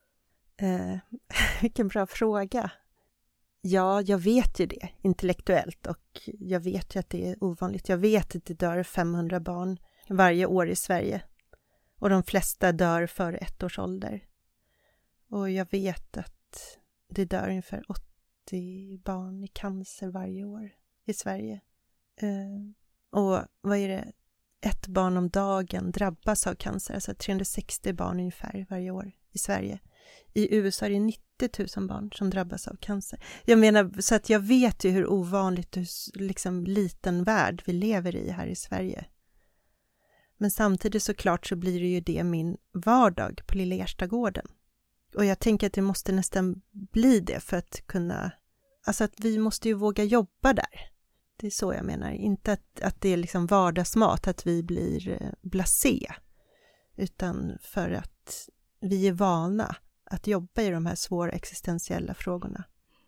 Vilken bra fråga. Ja, jag vet ju det intellektuellt, och jag vet ju att det är ovanligt. Jag vet att det dör 500 barn varje år i Sverige. Och de flesta dör före 1 års ålder. Och jag vet att det dör ungefär 80 barn i cancer varje år i Sverige. Och vad är det? ett barn om dagen drabbas av cancer, alltså 360 barn ungefär varje år i Sverige. I USA är det 90 000 barn som drabbas av cancer. Jag menar, så att jag vet ju hur ovanligt, hur liksom liten värld vi lever i här i Sverige. Men samtidigt såklart så blir det ju det min vardag på Lilla Erstagården. Och jag tänker att det måste nästan bli det för att kunna, alltså att vi måste ju våga jobba där. Det är så jag menar, inte att det är liksom vardagsmat, att vi blir blasé, utan för att vi är vana att jobba i de här svåra existentiella frågorna.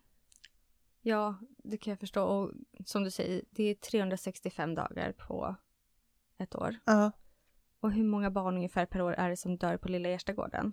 Ja, det kan jag förstå. Och som du säger, det är 365 dagar på ett år. Ja. Och hur många barn ungefär per år är det som dör på Lilla Erstagården?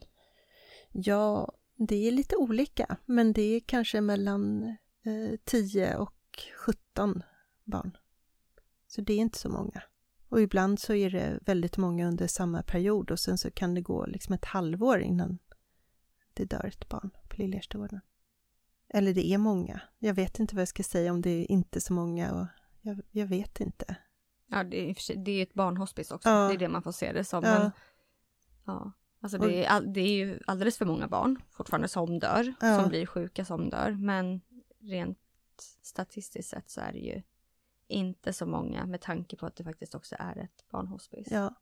Ja, det är lite olika, men det är kanske mellan 10 och 17 barn. Så det är inte så många. Och ibland så är det väldigt många under samma period och sen så kan det gå liksom ett halvår innan det dör ett barn på Lilla Erstagården. Eller det är många. Jag vet inte vad jag ska säga om det är inte så många och jag vet inte. Ja, det är ett barnhospice också. Ja. Det är det man får se det som. Ja. Men, ja. Alltså det är ju alldeles för många barn fortfarande som dör. Ja. Som blir sjuka som dör. Men rent statistiskt sett så är det ju inte så många med tanke på att det faktiskt också är ett barnhospice. Ja.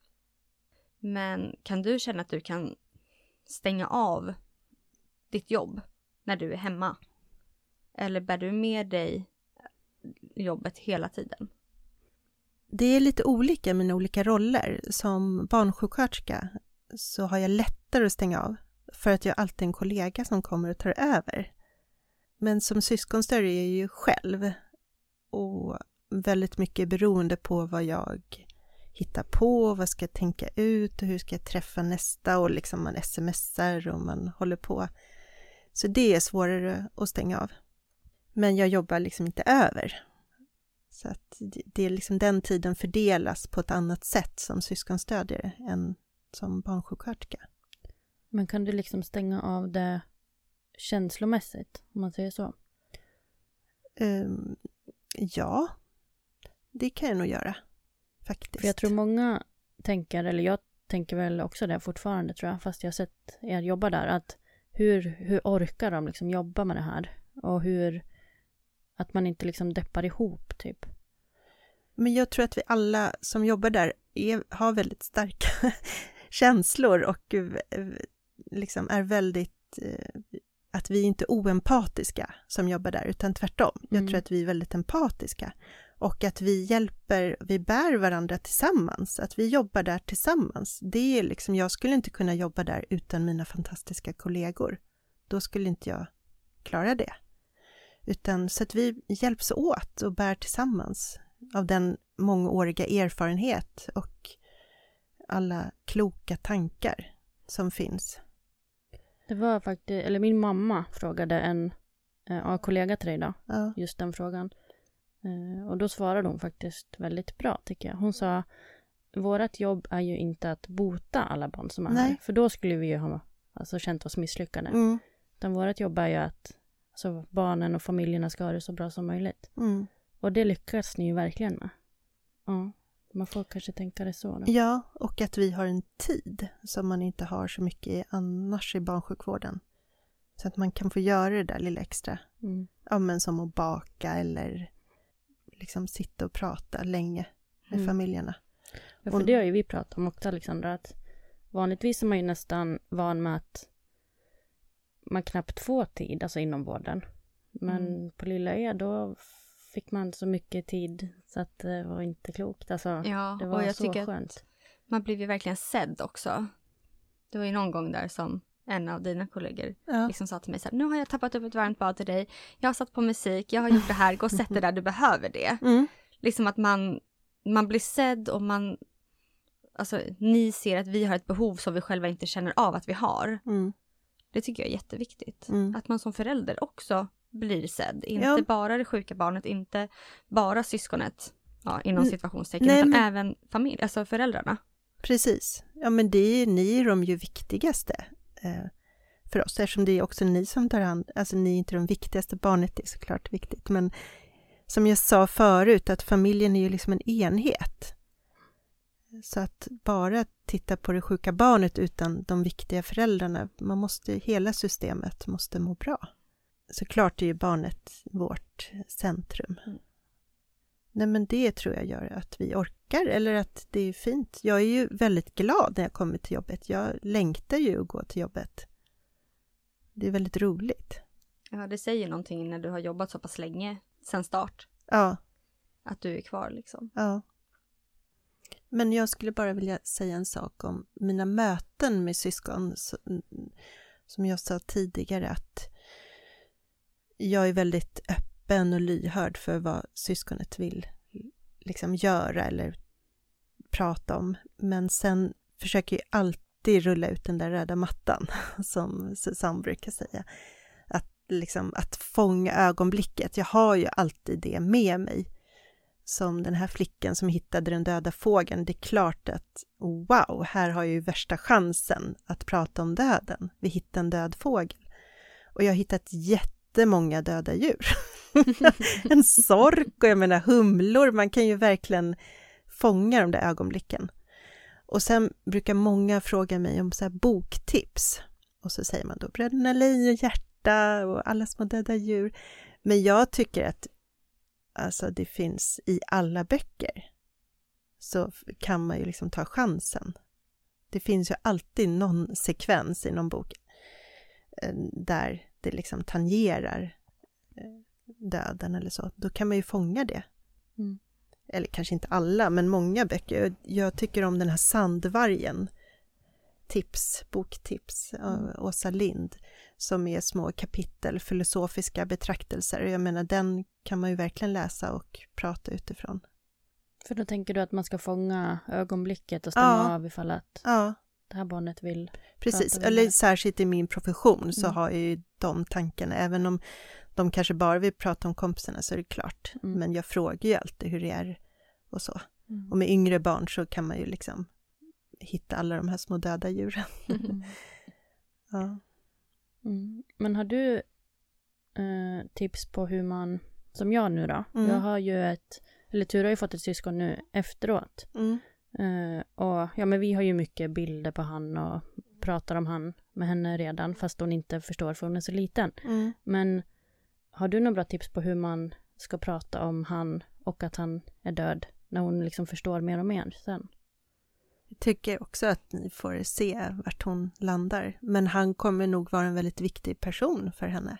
Men kan du känna att du kan stänga av ditt jobb när du är hemma? Eller bär du med dig jobbet hela tiden? Det är lite olika mina olika roller. Som barnsjuksköterska så har jag lättare att stänga av för att jag alltid är en kollega som kommer och tar över. Men som syskonstöd är jag ju själv och väldigt mycket beroende på vad jag hittar på, vad ska jag tänka ut och hur ska jag träffa nästa, och liksom man smsar och man håller på. Så det är svårare att stänga av. Men jag jobbar liksom inte över. Så att det är liksom den tiden fördelas på ett annat sätt som syskonstödjare än som barnsjuksköterska. Men kan du liksom stänga av det känslomässigt, om man säger så? Ja, det kan jag nog göra faktiskt. För jag tror många tänker, eller jag tänker väl också det fortfarande tror jag, fast jag har sett er jobba där, att hur orkar de liksom jobba med det här? Och att man inte liksom deppar ihop typ. Men jag tror att vi alla som jobbar där har väldigt starka känslor och liksom är väldigt, att vi inte är oempatiska som jobbar där, utan tvärtom. Jag tror att vi är väldigt empatiska och att vi bär varandra tillsammans, att vi jobbar där tillsammans. Det är liksom, jag skulle inte kunna jobba där utan mina fantastiska kollegor. Då skulle inte jag klara det. Utan så att vi hjälps åt och bär tillsammans av den mångåriga erfarenhet och alla kloka tankar som finns. Det var faktiskt, eller min mamma frågade en kollega till dig då, just den frågan. Och då svarade hon faktiskt väldigt bra tycker jag. Hon sa, vårat jobb är ju inte att bota alla barn som är här. För då skulle vi ju ha känt oss misslyckade. Utan vårat jobb är ju att barnen och familjerna ska ha det så bra som möjligt. Och det lyckas ni ju verkligen med. Ja, man får kanske tänka det så. Då. Ja, och att vi har en tid som man inte har så mycket annars i barnsjukvården. Så att man kan få göra det där lilla extra. Ja, men som att baka eller liksom sitta och prata länge med familjerna. Ja, för det har ju vi pratat om också, Alexandra, att vanligtvis är man ju nästan van med att man knappt får tid, alltså inom vården. Men på Lilla E då fick man så mycket tid så att det var inte klokt. Alltså, ja, det var och jag så tycker skönt. Att man blev ju verkligen sedd också. Det var ju någon gång där som en av dina kollegor liksom sa till mig så här, nu har jag tappat upp ett varmt bad till dig. Jag har satt på musik, jag har gjort det här, gå och sätt det där, du behöver det. Liksom att man blir sedd och ni ser att vi har ett behov som vi själva inte känner av att vi har. Det tycker jag är jätteviktigt. Att man som förälder också blir sedd. Inte bara det sjuka barnet, inte bara syskonet inom situationstecken, utan även familj, alltså föräldrarna. Precis. Ja, men ni är de ju viktigaste för oss, eftersom det är också ni som tar hand, alltså ni är inte de viktigaste, barnet är såklart viktigt, men som jag sa förut, att familjen är ju liksom en enhet. Så att bara titta på det sjuka barnet utan de viktiga föräldrarna, hela systemet måste må bra. Såklart är ju barnet vårt centrum. Nej, men det tror jag gör att vi orkar, eller att det är fint. Jag är ju väldigt glad när jag kommer till jobbet. Jag längtar ju att gå till jobbet. Det är väldigt roligt. Ja, det säger någonting när du har jobbat så pass länge sen start. Ja. Att du är kvar liksom. Ja. Men jag skulle bara vilja säga en sak om mina möten med syskon. Som jag sa tidigare, att jag är väldigt öppen och lyhörd för vad syskonet vill liksom göra eller prata om. Men sen försöker jag alltid rulla ut den där röda mattan, som Susanne brukar säga. Att fånga ögonblicket. Jag har ju alltid det med mig. Som den här flickan som hittade den döda fågeln. Det är klart att wow, här har jag ju värsta chansen att prata om döden. Vi hittar en död fågel. Och jag har hittat jättemånga döda djur. En sork och jag menar humlor. Man kan ju verkligen fånga de där ögonblicken. Och sen brukar många fråga mig om så här boktips. Och så säger man då Bröderna Lejonhjärta och alla små döda djur. Men jag tycker att alltså det finns i alla böcker, så kan man ju liksom ta chansen. Det finns ju alltid någon sekvens i någon bok där det liksom tangerar döden eller så. Då kan man ju fånga det. Eller kanske inte alla, men många böcker. Jag tycker om den här Sandvargen. Boktips av Åsa Lind, som är små kapitel, filosofiska betraktelser. Jag menar, den kan man ju verkligen läsa och prata utifrån. För då tänker du att man ska fånga ögonblicket och stämma av ifall att det här barnet vill. Precis, eller särskilt i min profession så har jag ju de tankarna. Även om de kanske bara vill prata om kompisarna, så är det klart. Men jag frågar ju alltid hur det är och så. Och med yngre barn så kan man ju liksom hitta alla de här små döda djuren. Ja. Men har du tips på hur man, som jag nu då, jag har ju Tura har ju fått ett syskon nu efteråt. Och ja, men vi har ju mycket bilder på han och pratar om han med henne redan, fast hon inte förstår för hon är så liten. Men har du några bra tips på hur man ska prata om han och att han är död när hon liksom förstår mer och mer sen? Jag tycker också att ni får se vart hon landar. Men han kommer nog vara en väldigt viktig person för henne.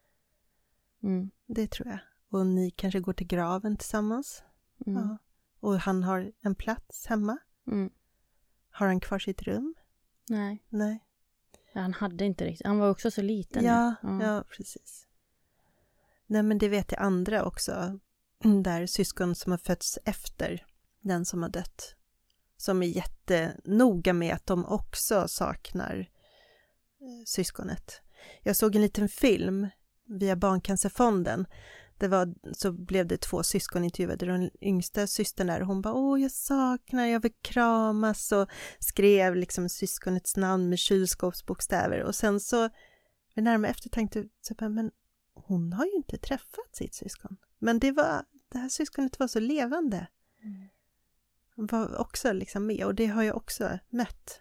Det tror jag. Och ni kanske går till graven tillsammans. Ja. Och han har en plats hemma. Har han kvar sitt rum? Nej. Ja, han hade inte riktigt. Han var också så liten. Ja, precis. Nej, men det vet jag andra också. Där syskon som har fötts efter den som har dött. Som är jättenoga med att de också saknar syskonet. Jag såg en liten film via Barncancerfonden. Så blev det 2 syskon intervjuade. Den yngsta systern där, hon bara, jag saknar, jag vill kramas, och skrev liksom syskonets namn med kylskåpsbokstäver. Och sen så vid närmare eftertanke så bara, men hon har ju inte träffat sitt syskon. Men det här syskonet var så levande. Var också liksom med, och det har jag också mött.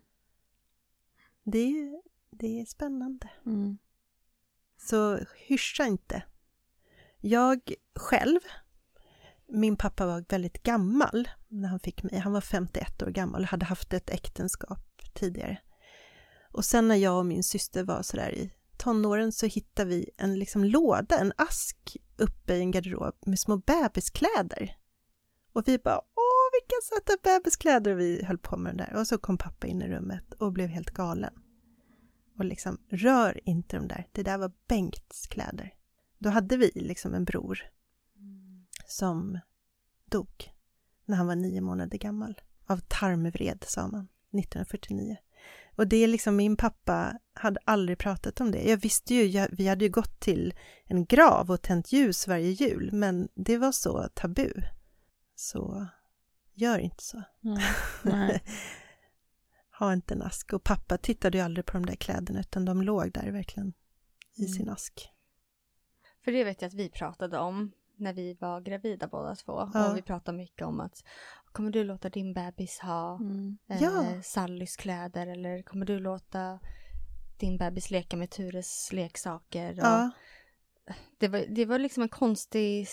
Det är spännande. Så hyscha inte. Jag själv, min pappa var väldigt gammal när han fick mig. Han var 51 år gammal och hade haft ett äktenskap tidigare. Och sen när jag och min syster var så där i tonåren, så hittade vi en liksom låda, en ask uppe i en garderob med små bebiskläder. Och vi bara, vilka söta bebiskläder, och vi höll på med den där. Och så kom pappa in i rummet och blev helt galen. Och liksom, rör inte de där. Det där var Bengts kläder. Då hade vi liksom en bror som dog när han var 9 månader gammal. Av tarmvred, sa man, 1949. Och det är liksom, min pappa hade aldrig pratat om det. Jag visste ju, vi hade ju gått till en grav och tänt ljus varje jul. Men det var så tabu. Så gör inte så. Nej. Ha inte en ask. Och pappa tittade ju aldrig på de där kläderna, utan de låg där verkligen i sin ask. För det vet jag att vi pratade om när vi var gravida båda två. Ja. Och vi pratade mycket om att kommer du låta din bebis ha Sallys kläder? Eller kommer du låta din bebis leka med Tures leksaker? Och det var liksom en konstig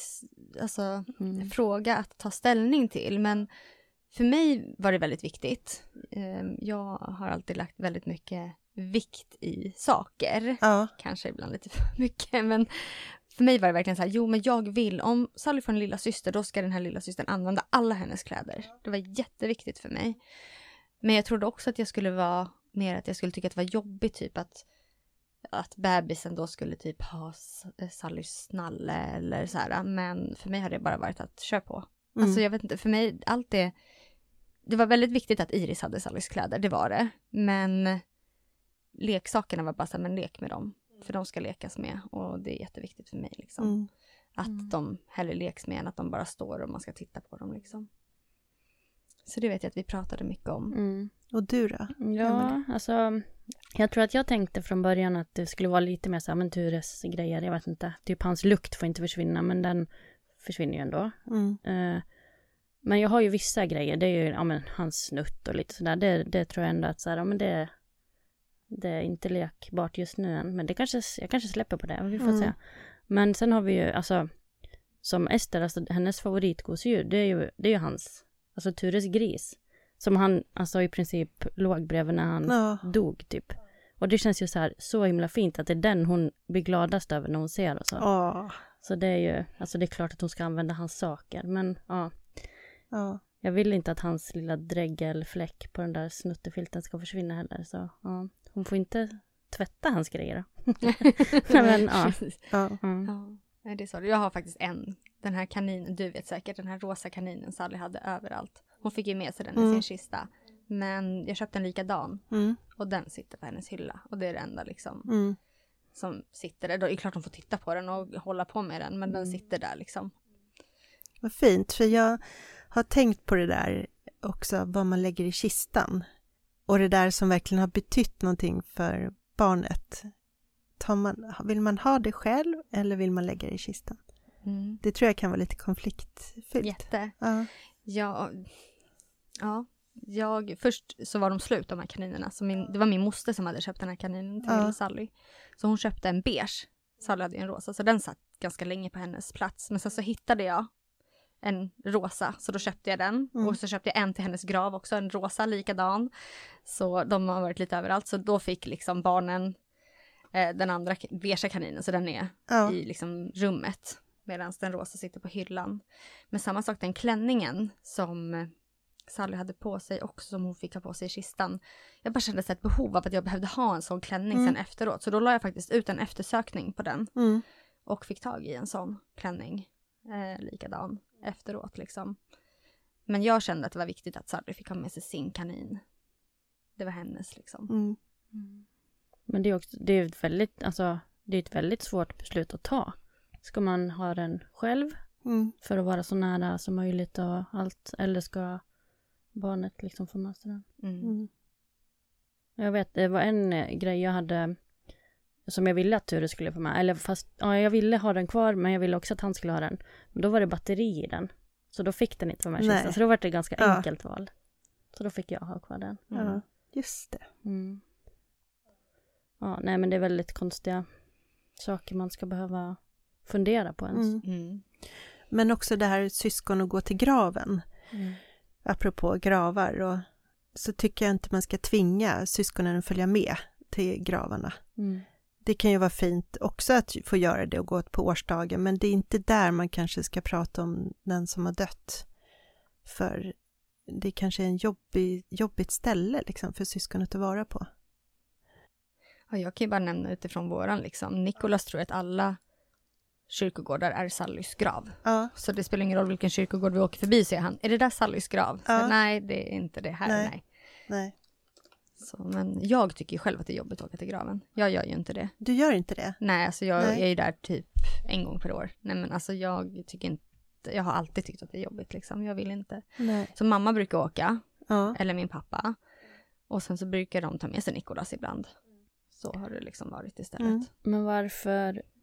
fråga att ta ställning till. Men för mig var det väldigt viktigt. Jag har alltid lagt väldigt mycket vikt i saker. Kanske ibland lite för mycket. Men för mig var det verkligen så här, men jag vill, om Sally får en lilla syster, då ska den här lilla systern använda alla hennes kläder. Det var jätteviktigt för mig. Men jag trodde också att jag skulle vara mer att jag skulle tycka att det var jobbigt typ att bebisen då skulle typ ha Sallys snalle eller så här. Men för mig har det bara varit att köra på. Alltså jag vet inte, för mig allt det var väldigt viktigt att Iris hade Sallys kläder, det var det. Men leksakerna var bara så här, men lek med dem. För de ska lekas med och det är jätteviktigt för mig liksom. Att de hellre leks med än att de bara står och man ska titta på dem liksom. Så det vet jag att vi pratade mycket om. Och du då? Ja, alltså jag tror att jag tänkte från början att det skulle vara lite mer så här, men Tures grejer, jag vet inte. Typ hans lukt får inte försvinna, men den försvinner ju ändå. Men jag har ju vissa grejer, det är ju hans snutt och lite sådär. Det tror jag ändå att så här, men det är inte lekbart just nu än. Men jag kanske släpper på det, vi får se. Men sen har vi ju, alltså som Ester, alltså hennes favoritgosedjur, det är ju hans, alltså Tures gris. Som han alltså i princip låg bredvid när han dog typ. Och det känns ju så himla fint att det är den hon blir gladast över när hon ser och så. Så det är ju, alltså det är klart att hon ska använda hans saker. Men jag vill inte att hans lilla dräggelfläck på den där snuttefilten ska försvinna heller. Så hon får inte tvätta hans grejer. Men Nej, det är så. Jag har faktiskt den här kaninen, du vet säkert, den här rosa kaninen Sally hade överallt. Hon fick ju med sig den i sin kista. Men jag köpte en likadan. Och den sitter på hennes hylla. Och det är det enda liksom som sitter där. Då är det klart hon får titta på den och hålla på med den. Men den sitter där liksom. Vad fint, för jag har tänkt på det där också, vad man lägger i kistan. Och det där som verkligen har betytt någonting för barnet. Vill man ha det själv eller vill man lägga det i kistan? Det tror jag kan vara lite konfliktfyllt. Jätte. Först så var de slut, de här kaninerna. Så det var min moster som hade köpt den här kaninen till Sally. Så hon köpte en beige. Sally hade en rosa. Så den satt ganska länge på hennes plats. Men sen så hittade jag en rosa. Så då köpte jag den. Och så köpte jag en till hennes grav också. En rosa likadan. Så de har varit lite överallt. Så då fick liksom barnen den andra beige kaninen. Så den är i liksom rummet. Medan den rosa sitter på hyllan. Men samma sak, den klänningen som Sally hade på sig också, som hon fick ha på sig i kistan. Jag bara kände ett behov av att jag behövde ha en sån klänning sen efteråt. Så då la jag faktiskt ut en eftersökning på den. Och fick tag i en sån klänning. Likadan efteråt liksom. Men jag kände att det var viktigt att Sally fick ha med sig sin kanin. Det var hennes liksom. Men det är ett väldigt svårt beslut att ta. Ska man ha den själv för att vara så nära som möjligt och allt, eller ska barnet liksom få med sig den? Jag vet, det var en grej jag hade som jag ville att Ture skulle få med, eller fast jag ville ha den kvar, men jag ville också att han skulle ha den. Men då var det batteri i den, så då fick den inte vara med i kistan, så då var det ett ganska enkelt val. Så då fick jag ha kvar den. Ja, just det. Ja, nej, men det är väldigt konstiga saker man ska behöva fundera på ens. Men också det här syskon att gå till graven. Apropå gravar, och så tycker jag inte man ska tvinga syskonen att följa med till gravarna. Det kan ju vara fint också att få göra det och gå på årsdagen, men det är inte där man kanske ska prata om den som har dött. För det kanske är en jobbigt ställe liksom, för syskonet att vara på. Ja, jag kan ju bara nämna utifrån våran liksom. Nicholas tror att alla kyrkogårdar är Sallys grav. Så det spelar ingen roll vilken kyrkogård vi åker förbi, säger han. Är det där Sallys grav? Så, nej, det är inte det här. Nej. Så, men jag tycker ju själv att det är jobbigt att åka till graven. Jag gör ju inte det. Du gör inte det? Nej, alltså jag är ju där typ en gång per år. Nej, men alltså jag tycker inte, jag har alltid tyckt att det är jobbigt liksom. Jag vill inte. Så mamma brukar åka, eller min pappa. Och sen så brukar de ta med sig Nicholas ibland. Så har det liksom varit istället. Men varför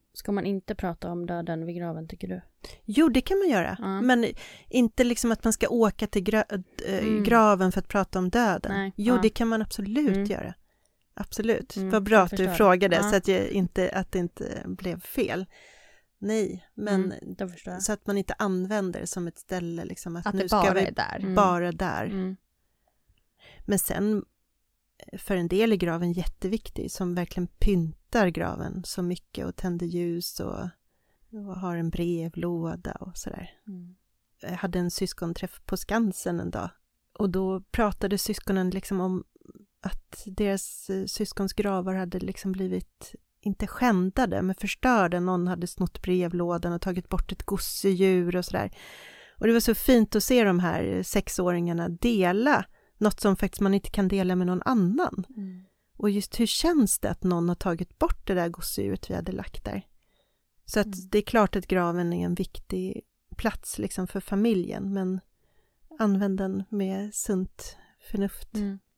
ska man inte prata om döden vid graven, tycker du? Jo, det kan man göra. Ja. Men inte liksom att man ska åka till graven för att prata om döden. Nej. Jo, Ja. det kan man absolut göra. Absolut. Vad bra jag att du förstår. frågade Ja. så att det inte blev fel. Nej, men då förstår jag. så att man inte använder det som ett ställe liksom, att nu det ska bara vi är där. bara där. Mm. Men sen för en del är graven jätteviktig som verkligen pyntar graven så mycket och tänder ljus och har en brevlåda och sådär. Jag hade en syskonträff på Skansen en dag och då pratade syskonen liksom om att deras syskons gravar hade liksom blivit inte skändade men förstörda. Någon hade snott brevlådan och tagit bort ett gosedjur och sådär. Och det var så fint att se de här 6-åringarna dela något som faktiskt man inte kan dela med någon annan. Och just hur känns det att någon har tagit bort det där gosedjuret vi hade lagt där? Så att det är klart att graven är en viktig plats liksom för familjen, men använd den med sunt förnuft.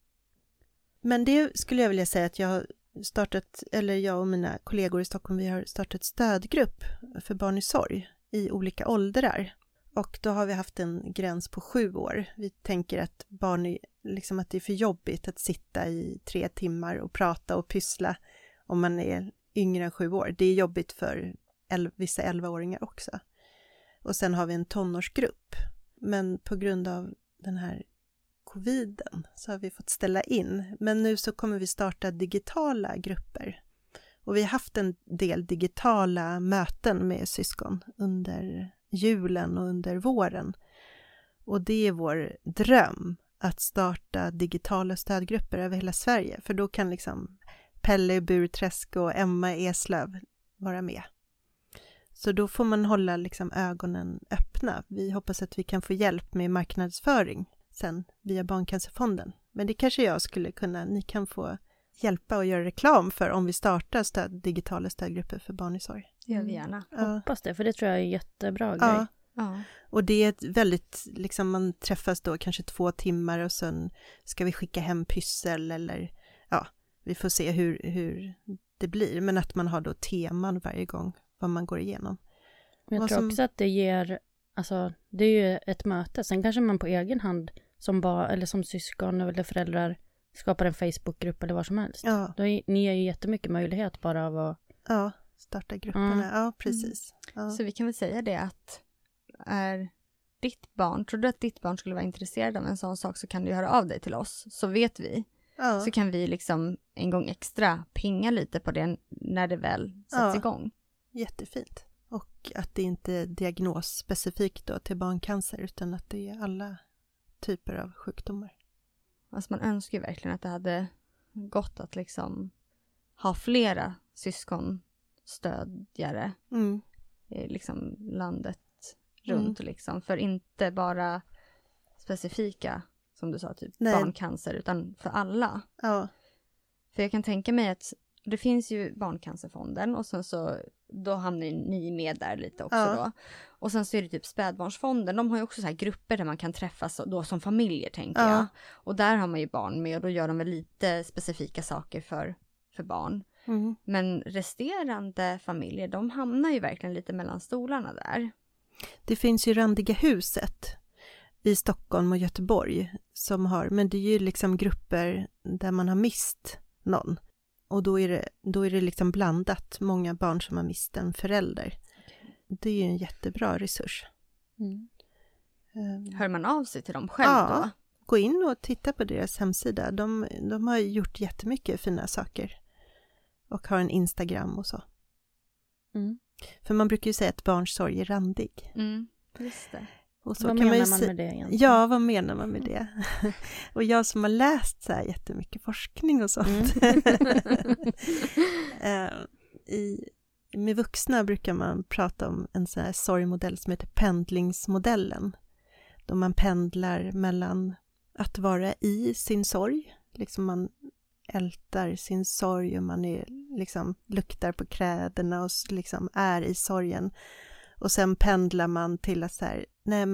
Men det skulle jag vilja säga att jag och mina kollegor i Stockholm, vi har startat stödgrupp för barn i sorg i olika åldrar. Och då har vi haft en gräns på 7 år. Vi tänker att barn liksom att det är för jobbigt att sitta i 3 timmar och prata och pyssla om man är yngre än 7 år. Det är jobbigt för vissa 11-åringar också. Och sen har vi en tonårsgrupp. Men på grund av den här coviden så har vi fått ställa in. Men nu så kommer vi starta digitala grupper. Och vi har haft en del digitala möten med syskon under julen och under våren. Och det är vår dröm att starta digitala stödgrupper över hela Sverige. För då kan liksom Pelle i Burträsk och Emma i Eslöv vara med. Så då får man hålla liksom ögonen öppna. Vi hoppas att vi kan få hjälp med marknadsföring sen via Barncancerfonden. Men det kanske ni kan få hjälpa och göra reklam för om vi startar digitala stödgrupper för barn i sorg. Det gör vi gärna. Hoppas det, för det tror jag är en jättebra Ja. grej. Ja. Och det är ett väldigt, liksom man träffas då kanske 2 timmar och sen ska vi skicka hem pyssel eller vi får se hur det blir. Men att man har då teman varje gång vad man går igenom. Men jag tror också att det ger, alltså det är ju ett möte. Sen kanske man på egen hand eller som syskon eller föräldrar skapar en Facebookgrupp eller vad som helst. Ja. Ni har ju jättemycket möjlighet bara av att... Ja, starta grupperna. Ja, precis. Ja. Så vi kan väl säga det att tror du att ditt barn skulle vara intresserad av en sån sak så kan du höra av dig till oss. Så vet vi. Ja. Så kan vi liksom en gång extra pinga lite på det när det väl sätts igång. Jättefint. Och att det inte är diagnosspecifikt då till barncancer utan att det är alla typer av sjukdomar. Alltså man önskar ju verkligen att det hade gått att liksom ha flera syskonstödjare liksom landet runt liksom. För inte bara specifika, som du sa, typ barncancer, utan för alla. Ja. För jag kan tänka mig att det finns ju Barncancerfonden och sen så då hamnar ni med där lite också då. Och sen så är det typ Spädbarnsfonden. De har ju också så här grupper där man kan träffas då som familjer, tänker jag. Och där har man ju barn med och då gör de väl lite specifika saker för barn. Men resterande familjer, de hamnar ju verkligen lite mellan stolarna där. Det finns ju Randiga huset i Stockholm och Göteborg men det är ju liksom grupper där man har mist någon. Och då är det liksom blandat, många barn som har mist en förälder. Okay. Det är ju en jättebra resurs. Hör man av sig till dem själv då? Gå in och titta på deras hemsida. De har gjort jättemycket fina saker. Och har en Instagram och så. För man brukar ju säga att barns sorg är randig. Just det. Och så vad kan menar man med det egentligen? Ja, vad menar man med det? Och jag som har läst så här jättemycket forskning och sånt. Med vuxna brukar man prata om en sån här sorgmodell som heter pendlingsmodellen. Då man pendlar mellan att vara i sin sorg. Liksom man ältar sin sorg och man liksom luktar på kläderna och liksom är i sorgen. Och sen pendlar man till att så här,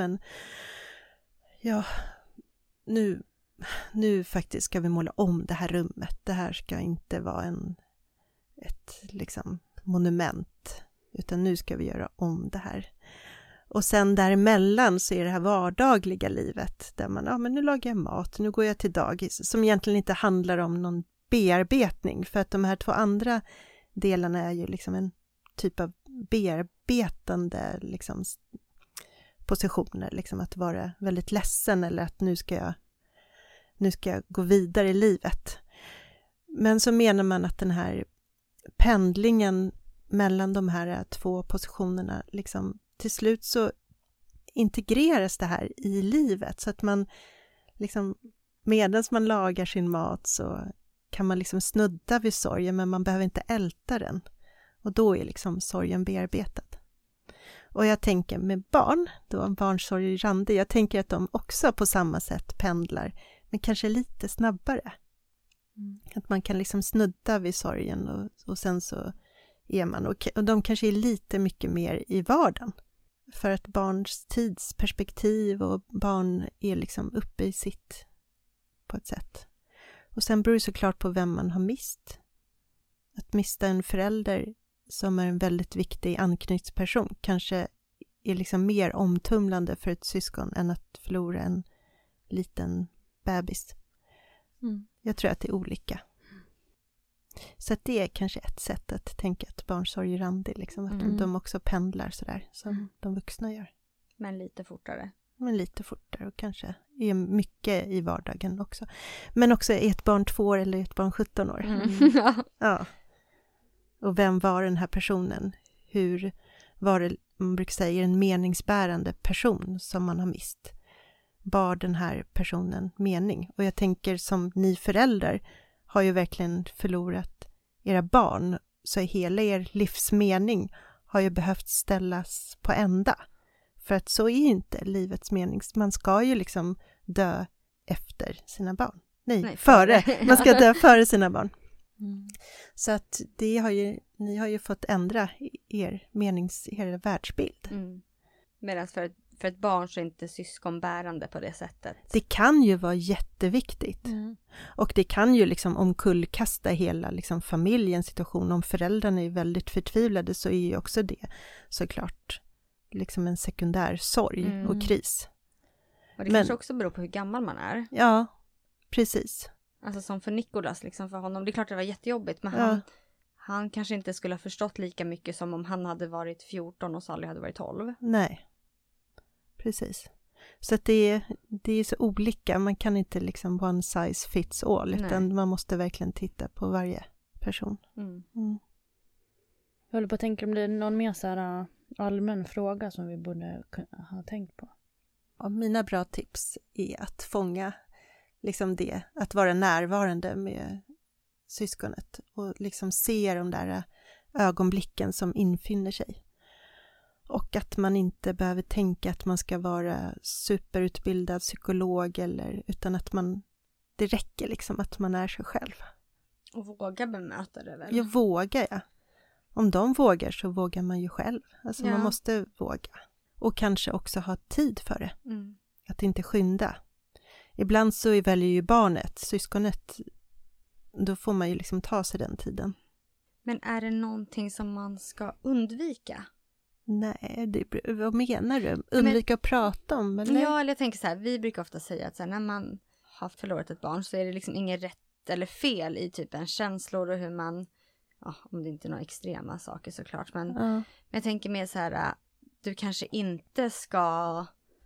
nu faktiskt ska vi måla om det här rummet. Det här ska inte vara ett liksom monument utan nu ska vi göra om det här. Och sen däremellan så är det här vardagliga livet där man, men nu lagar jag mat, nu går jag till dagis, som egentligen inte handlar om någon bearbetning, för att de här 2 andra delarna är ju liksom en typ av bearbetande liksom positioner, liksom att vara väldigt ledsen eller att nu ska jag gå vidare i livet. Men så menar man att den här pendlingen mellan de här 2 positionerna, liksom till slut så integreras det här i livet, så att man liksom, medan man lagar sin mat så kan man liksom snudda vid sorgen, men man behöver inte älta den. Och då är liksom sorgen bearbetad. Och jag tänker med barn, då barnsorg i rande, jag tänker att de också på samma sätt pendlar, men kanske lite snabbare. Att man kan liksom snudda vid sorgen och sen så är man, och de kanske är lite mycket mer i vardagen. För att barns tidsperspektiv och barn är liksom uppe i sitt på ett sätt. Och sen beror det såklart på vem man har mist. Att mista en förälder som är en väldigt viktig anknytningsperson kanske är liksom mer omtumlande för ett syskon än att förlora en liten bebis. Jag tror att det är olika. Så att det är kanske ett sätt att tänka att barnsorg är randig, liksom, att de också pendlar sådär som de vuxna gör. Men lite fortare. Och kanske är mycket i vardagen också. Men också är ett barn 2 år eller ett barn 17 år. Ja. Och vem var den här personen? Hur var det, man brukar säga, en meningsbärande person som man har mist? Bar den här personen mening? Och jag tänker som ni föräldrar har ju verkligen förlorat era barn, så hela er livsmening har ju behövt ställas på ända. För att så är ju inte livets mening. Man ska ju liksom dö efter sina barn. Nej, före. Man ska dö före sina barn. Så att ni har ju fått ändra er världsbild. Medan för ett barn så är inte syskonbärande på det sättet. Det kan ju vara jätteviktigt. Och det kan ju liksom omkullkasta hela liksom familjens situation. Om föräldrarna är väldigt förtvivlade så är ju också det såklart liksom en sekundär sorg och kris. Och det kanske också beror på hur gammal man är. Ja, precis. Alltså som för Nicholas, liksom för honom. Det är klart det var jättejobbigt, men han kanske inte skulle ha förstått lika mycket som om han hade varit 14 och Sally hade varit 12. Nej, precis. Så att det är så olika. Man kan inte liksom one size fits all, utan man måste verkligen titta på varje person. Jag håller på att tänka om det är någon mer så här allmän fråga som vi borde ha tänkt på. Ja, mina bra tips är att fånga liksom det, att vara närvarande med syskonet och liksom se de där ögonblicken som infinner sig. Och att man inte behöver tänka att man ska vara superutbildad psykolog utan att det räcker liksom att man är sig själv. Och våga bemöta det väl? Ja, våga ja. Om de vågar så vågar man ju själv. Alltså man måste våga. Och kanske också ha tid för det. Att inte skynda. Ibland så väljer ju barnet, syskonet, då får man ju liksom ta sig den tiden. Men är det någonting som man ska undvika? Nej, vad menar du? Undvika att prata om? Eller? Ja, eller jag tänker så här, vi brukar ofta säga att så här, när man har förlorat ett barn så är det liksom inget rätt eller fel i typ en känslor och hur man, om det inte är några extrema saker såklart, men jag tänker mer så här, du kanske inte ska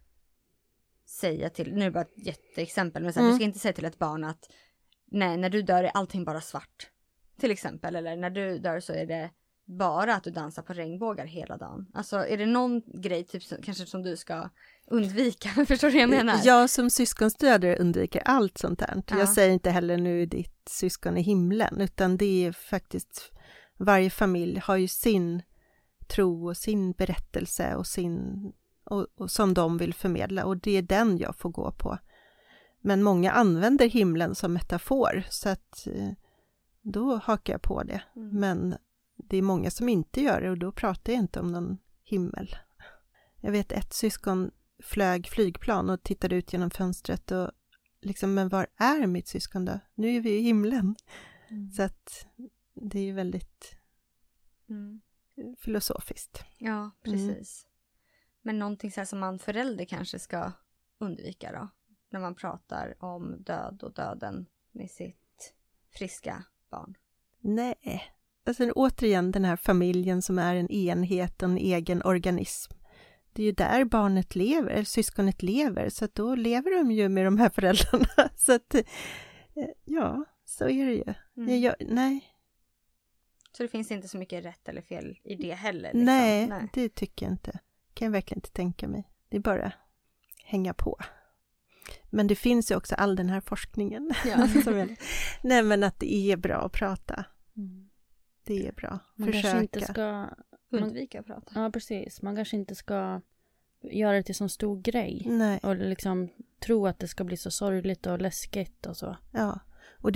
säga till, nu är det bara ett jätteexempel, men så här, du ska inte säga till ett barn att nej, när du dör är allting bara svart. Till exempel, eller när du dör så är det bara att du dansar på regnbågar hela dagen. Alltså är det någon grej typ kanske som du ska undvika? Förstår du vad jag menar? Jag som syskonstödare undviker allt sånt här. Jag säger inte heller nu är ditt syskon i himlen, utan det är faktiskt, varje familj har ju sin tro och sin berättelse och som de vill förmedla, och det är den jag får gå på. Men många använder himlen som metafor, så att då hakar jag på det. Men det är många som inte gör det, och då pratar jag inte om någon himmel. Jag vet ett syskon flög flygplan och tittade ut genom fönstret och liksom, men var är mitt syskon då? Nu är vi i himlen. Så att det är väldigt filosofiskt. Ja, precis. Men någonting så här som man förälder kanske ska undvika då? När man pratar om död och döden med sitt friska barn. Nej, alltså återigen den här familjen som är en enhet och en egen organism. Det är ju där barnet lever, eller syskonet lever, så att då lever de ju med de här föräldrarna. Så att, ja, så är det ju. Nej. Så det finns inte så mycket rätt eller fel i det heller? Liksom. Nej, det tycker jag inte. Kan jag verkligen inte tänka mig. Det är bara hänga på. Men det finns ju också all den här forskningen. Ja. Nej, men att det är bra att prata. Det är bra. Man kanske inte ska undvika att prata. Ja, precis. Man kanske inte ska göra det till som stor grej. Nej. Och liksom tro att det ska bli så sorgligt och läskigt och så. Ja, och det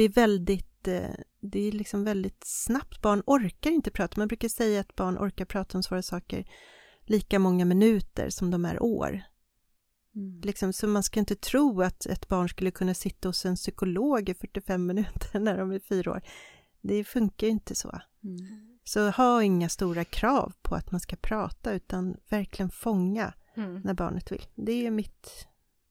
är liksom väldigt snabbt. Barn orkar inte prata. Man brukar säga att barn orkar prata om svåra saker lika många minuter som de är år. Liksom, så man ska inte tro att ett barn skulle kunna sitta hos en psykolog i 45 minuter när de är 4 år. Det funkar ju inte så. Så ha inga stora krav på att man ska prata, utan verkligen fånga när barnet vill. Det är mitt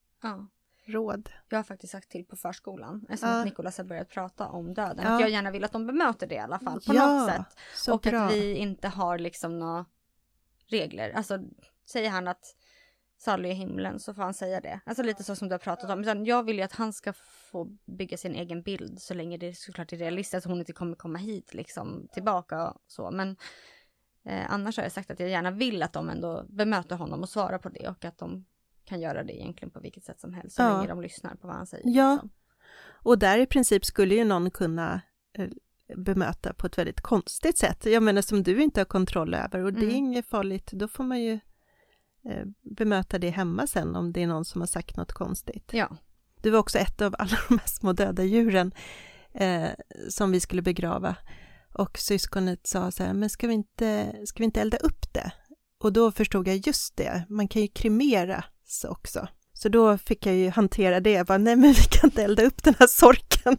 råd. Jag har faktiskt sagt till på förskolan, eftersom att Nicolas har börjat prata om döden, att jag gärna vill att de bemöter det i alla fall på något sätt. Och bra. Att vi inte har liksom några regler. Alltså säger han att Sally i himlen, så får han säga det. Alltså lite så som du har pratat om. Men jag vill ju att han ska få bygga sin egen bild så länge det såklart är realistiskt, så hon inte kommer komma hit liksom tillbaka och så. Men annars har jag sagt att jag gärna vill att de ändå bemöter honom och svarar på det, och att de kan göra det egentligen på vilket sätt som helst så länge de lyssnar på vad han säger. Ja, liksom. Och där i princip skulle ju någon kunna bemöta på ett väldigt konstigt sätt. Jag menar, som du inte har kontroll över, och det är inget farligt. Då får man ju bemöta det hemma sen om det är någon som har sagt något konstigt. Ja. Du var också ett av alla de här små döda djuren som vi skulle begrava. Och syskonet sa så här, men ska vi inte elda upp det? Och då förstod jag just det, man kan ju kremera så också. Så då fick jag ju hantera det. Jag bara, nej men vi kan inte elda upp den här sorken.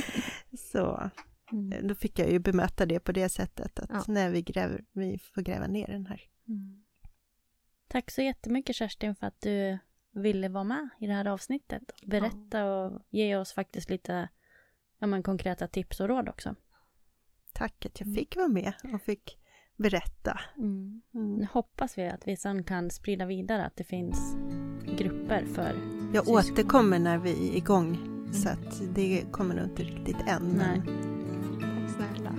Så då fick jag ju bemöta det på det sättet. Att när vi får gräva ner den här. Tack så jättemycket Kerstin för att du ville vara med i det här avsnittet. Berätta och ge oss faktiskt lite konkreta tips och råd också. Tack att jag fick vara med och fick berätta. Nu hoppas vi att vi sen kan sprida vidare att det finns grupper för jag återkommer när vi är igång. Så att det kommer nog inte riktigt än. Nej. Tack snälla.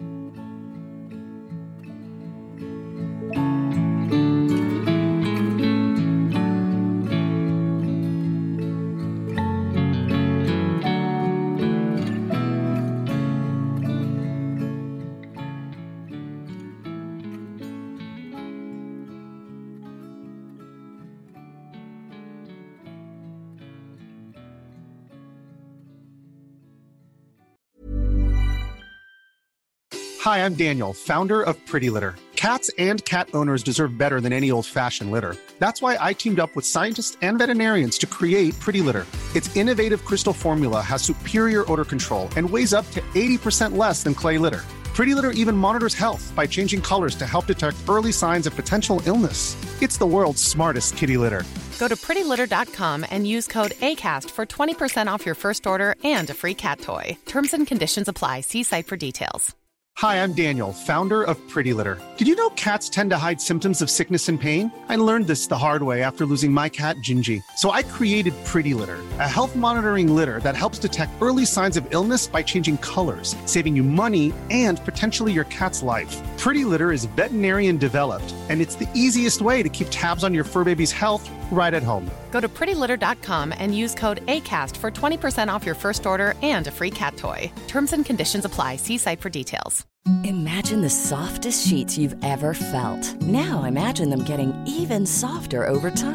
Hi, I'm Daniel, founder of Pretty Litter. Cats and cat owners deserve better than any old-fashioned litter. That's why I teamed up with scientists and veterinarians to create Pretty Litter. Its innovative crystal formula has superior odor control and weighs up to 80% less than clay litter. Pretty Litter even monitors health by changing colors to help detect early signs of potential illness. It's the world's smartest kitty litter. Go to prettylitter.com and use code ACAST for 20% off your first order and a free cat toy. Terms and conditions apply. See site for details. Hi, I'm Daniel, founder of Pretty Litter. Did you know cats tend to hide symptoms of sickness and pain? I learned this the hard way after losing my cat, Gingy. So I created Pretty Litter, a health monitoring litter that helps detect early signs of illness by changing colors, saving you money and potentially your cat's life. Pretty Litter is veterinarian developed, and it's the easiest way to keep tabs on your fur baby's health right at home. Go to prettylitter.com and use code ACAST for 20% off your first order and a free cat toy. Terms and conditions apply. See site for details. Imagine the softest sheets you've ever felt. Now imagine them getting even softer over time.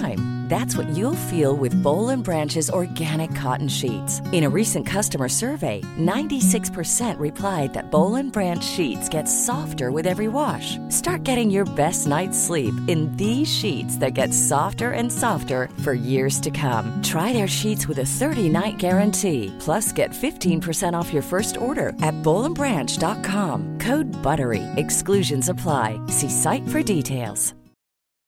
That's what you'll feel with Boll & Branch's organic cotton sheets. In a recent customer survey, 96% replied that Boll & Branch sheets get softer with every wash. Start getting your best night's sleep in these sheets that get softer and softer for years to come. Try their sheets with a 30-night guarantee. Plus, get 15% off your first order at bollandbranch.com. Code BUTTERY. Exclusions apply. See site for details.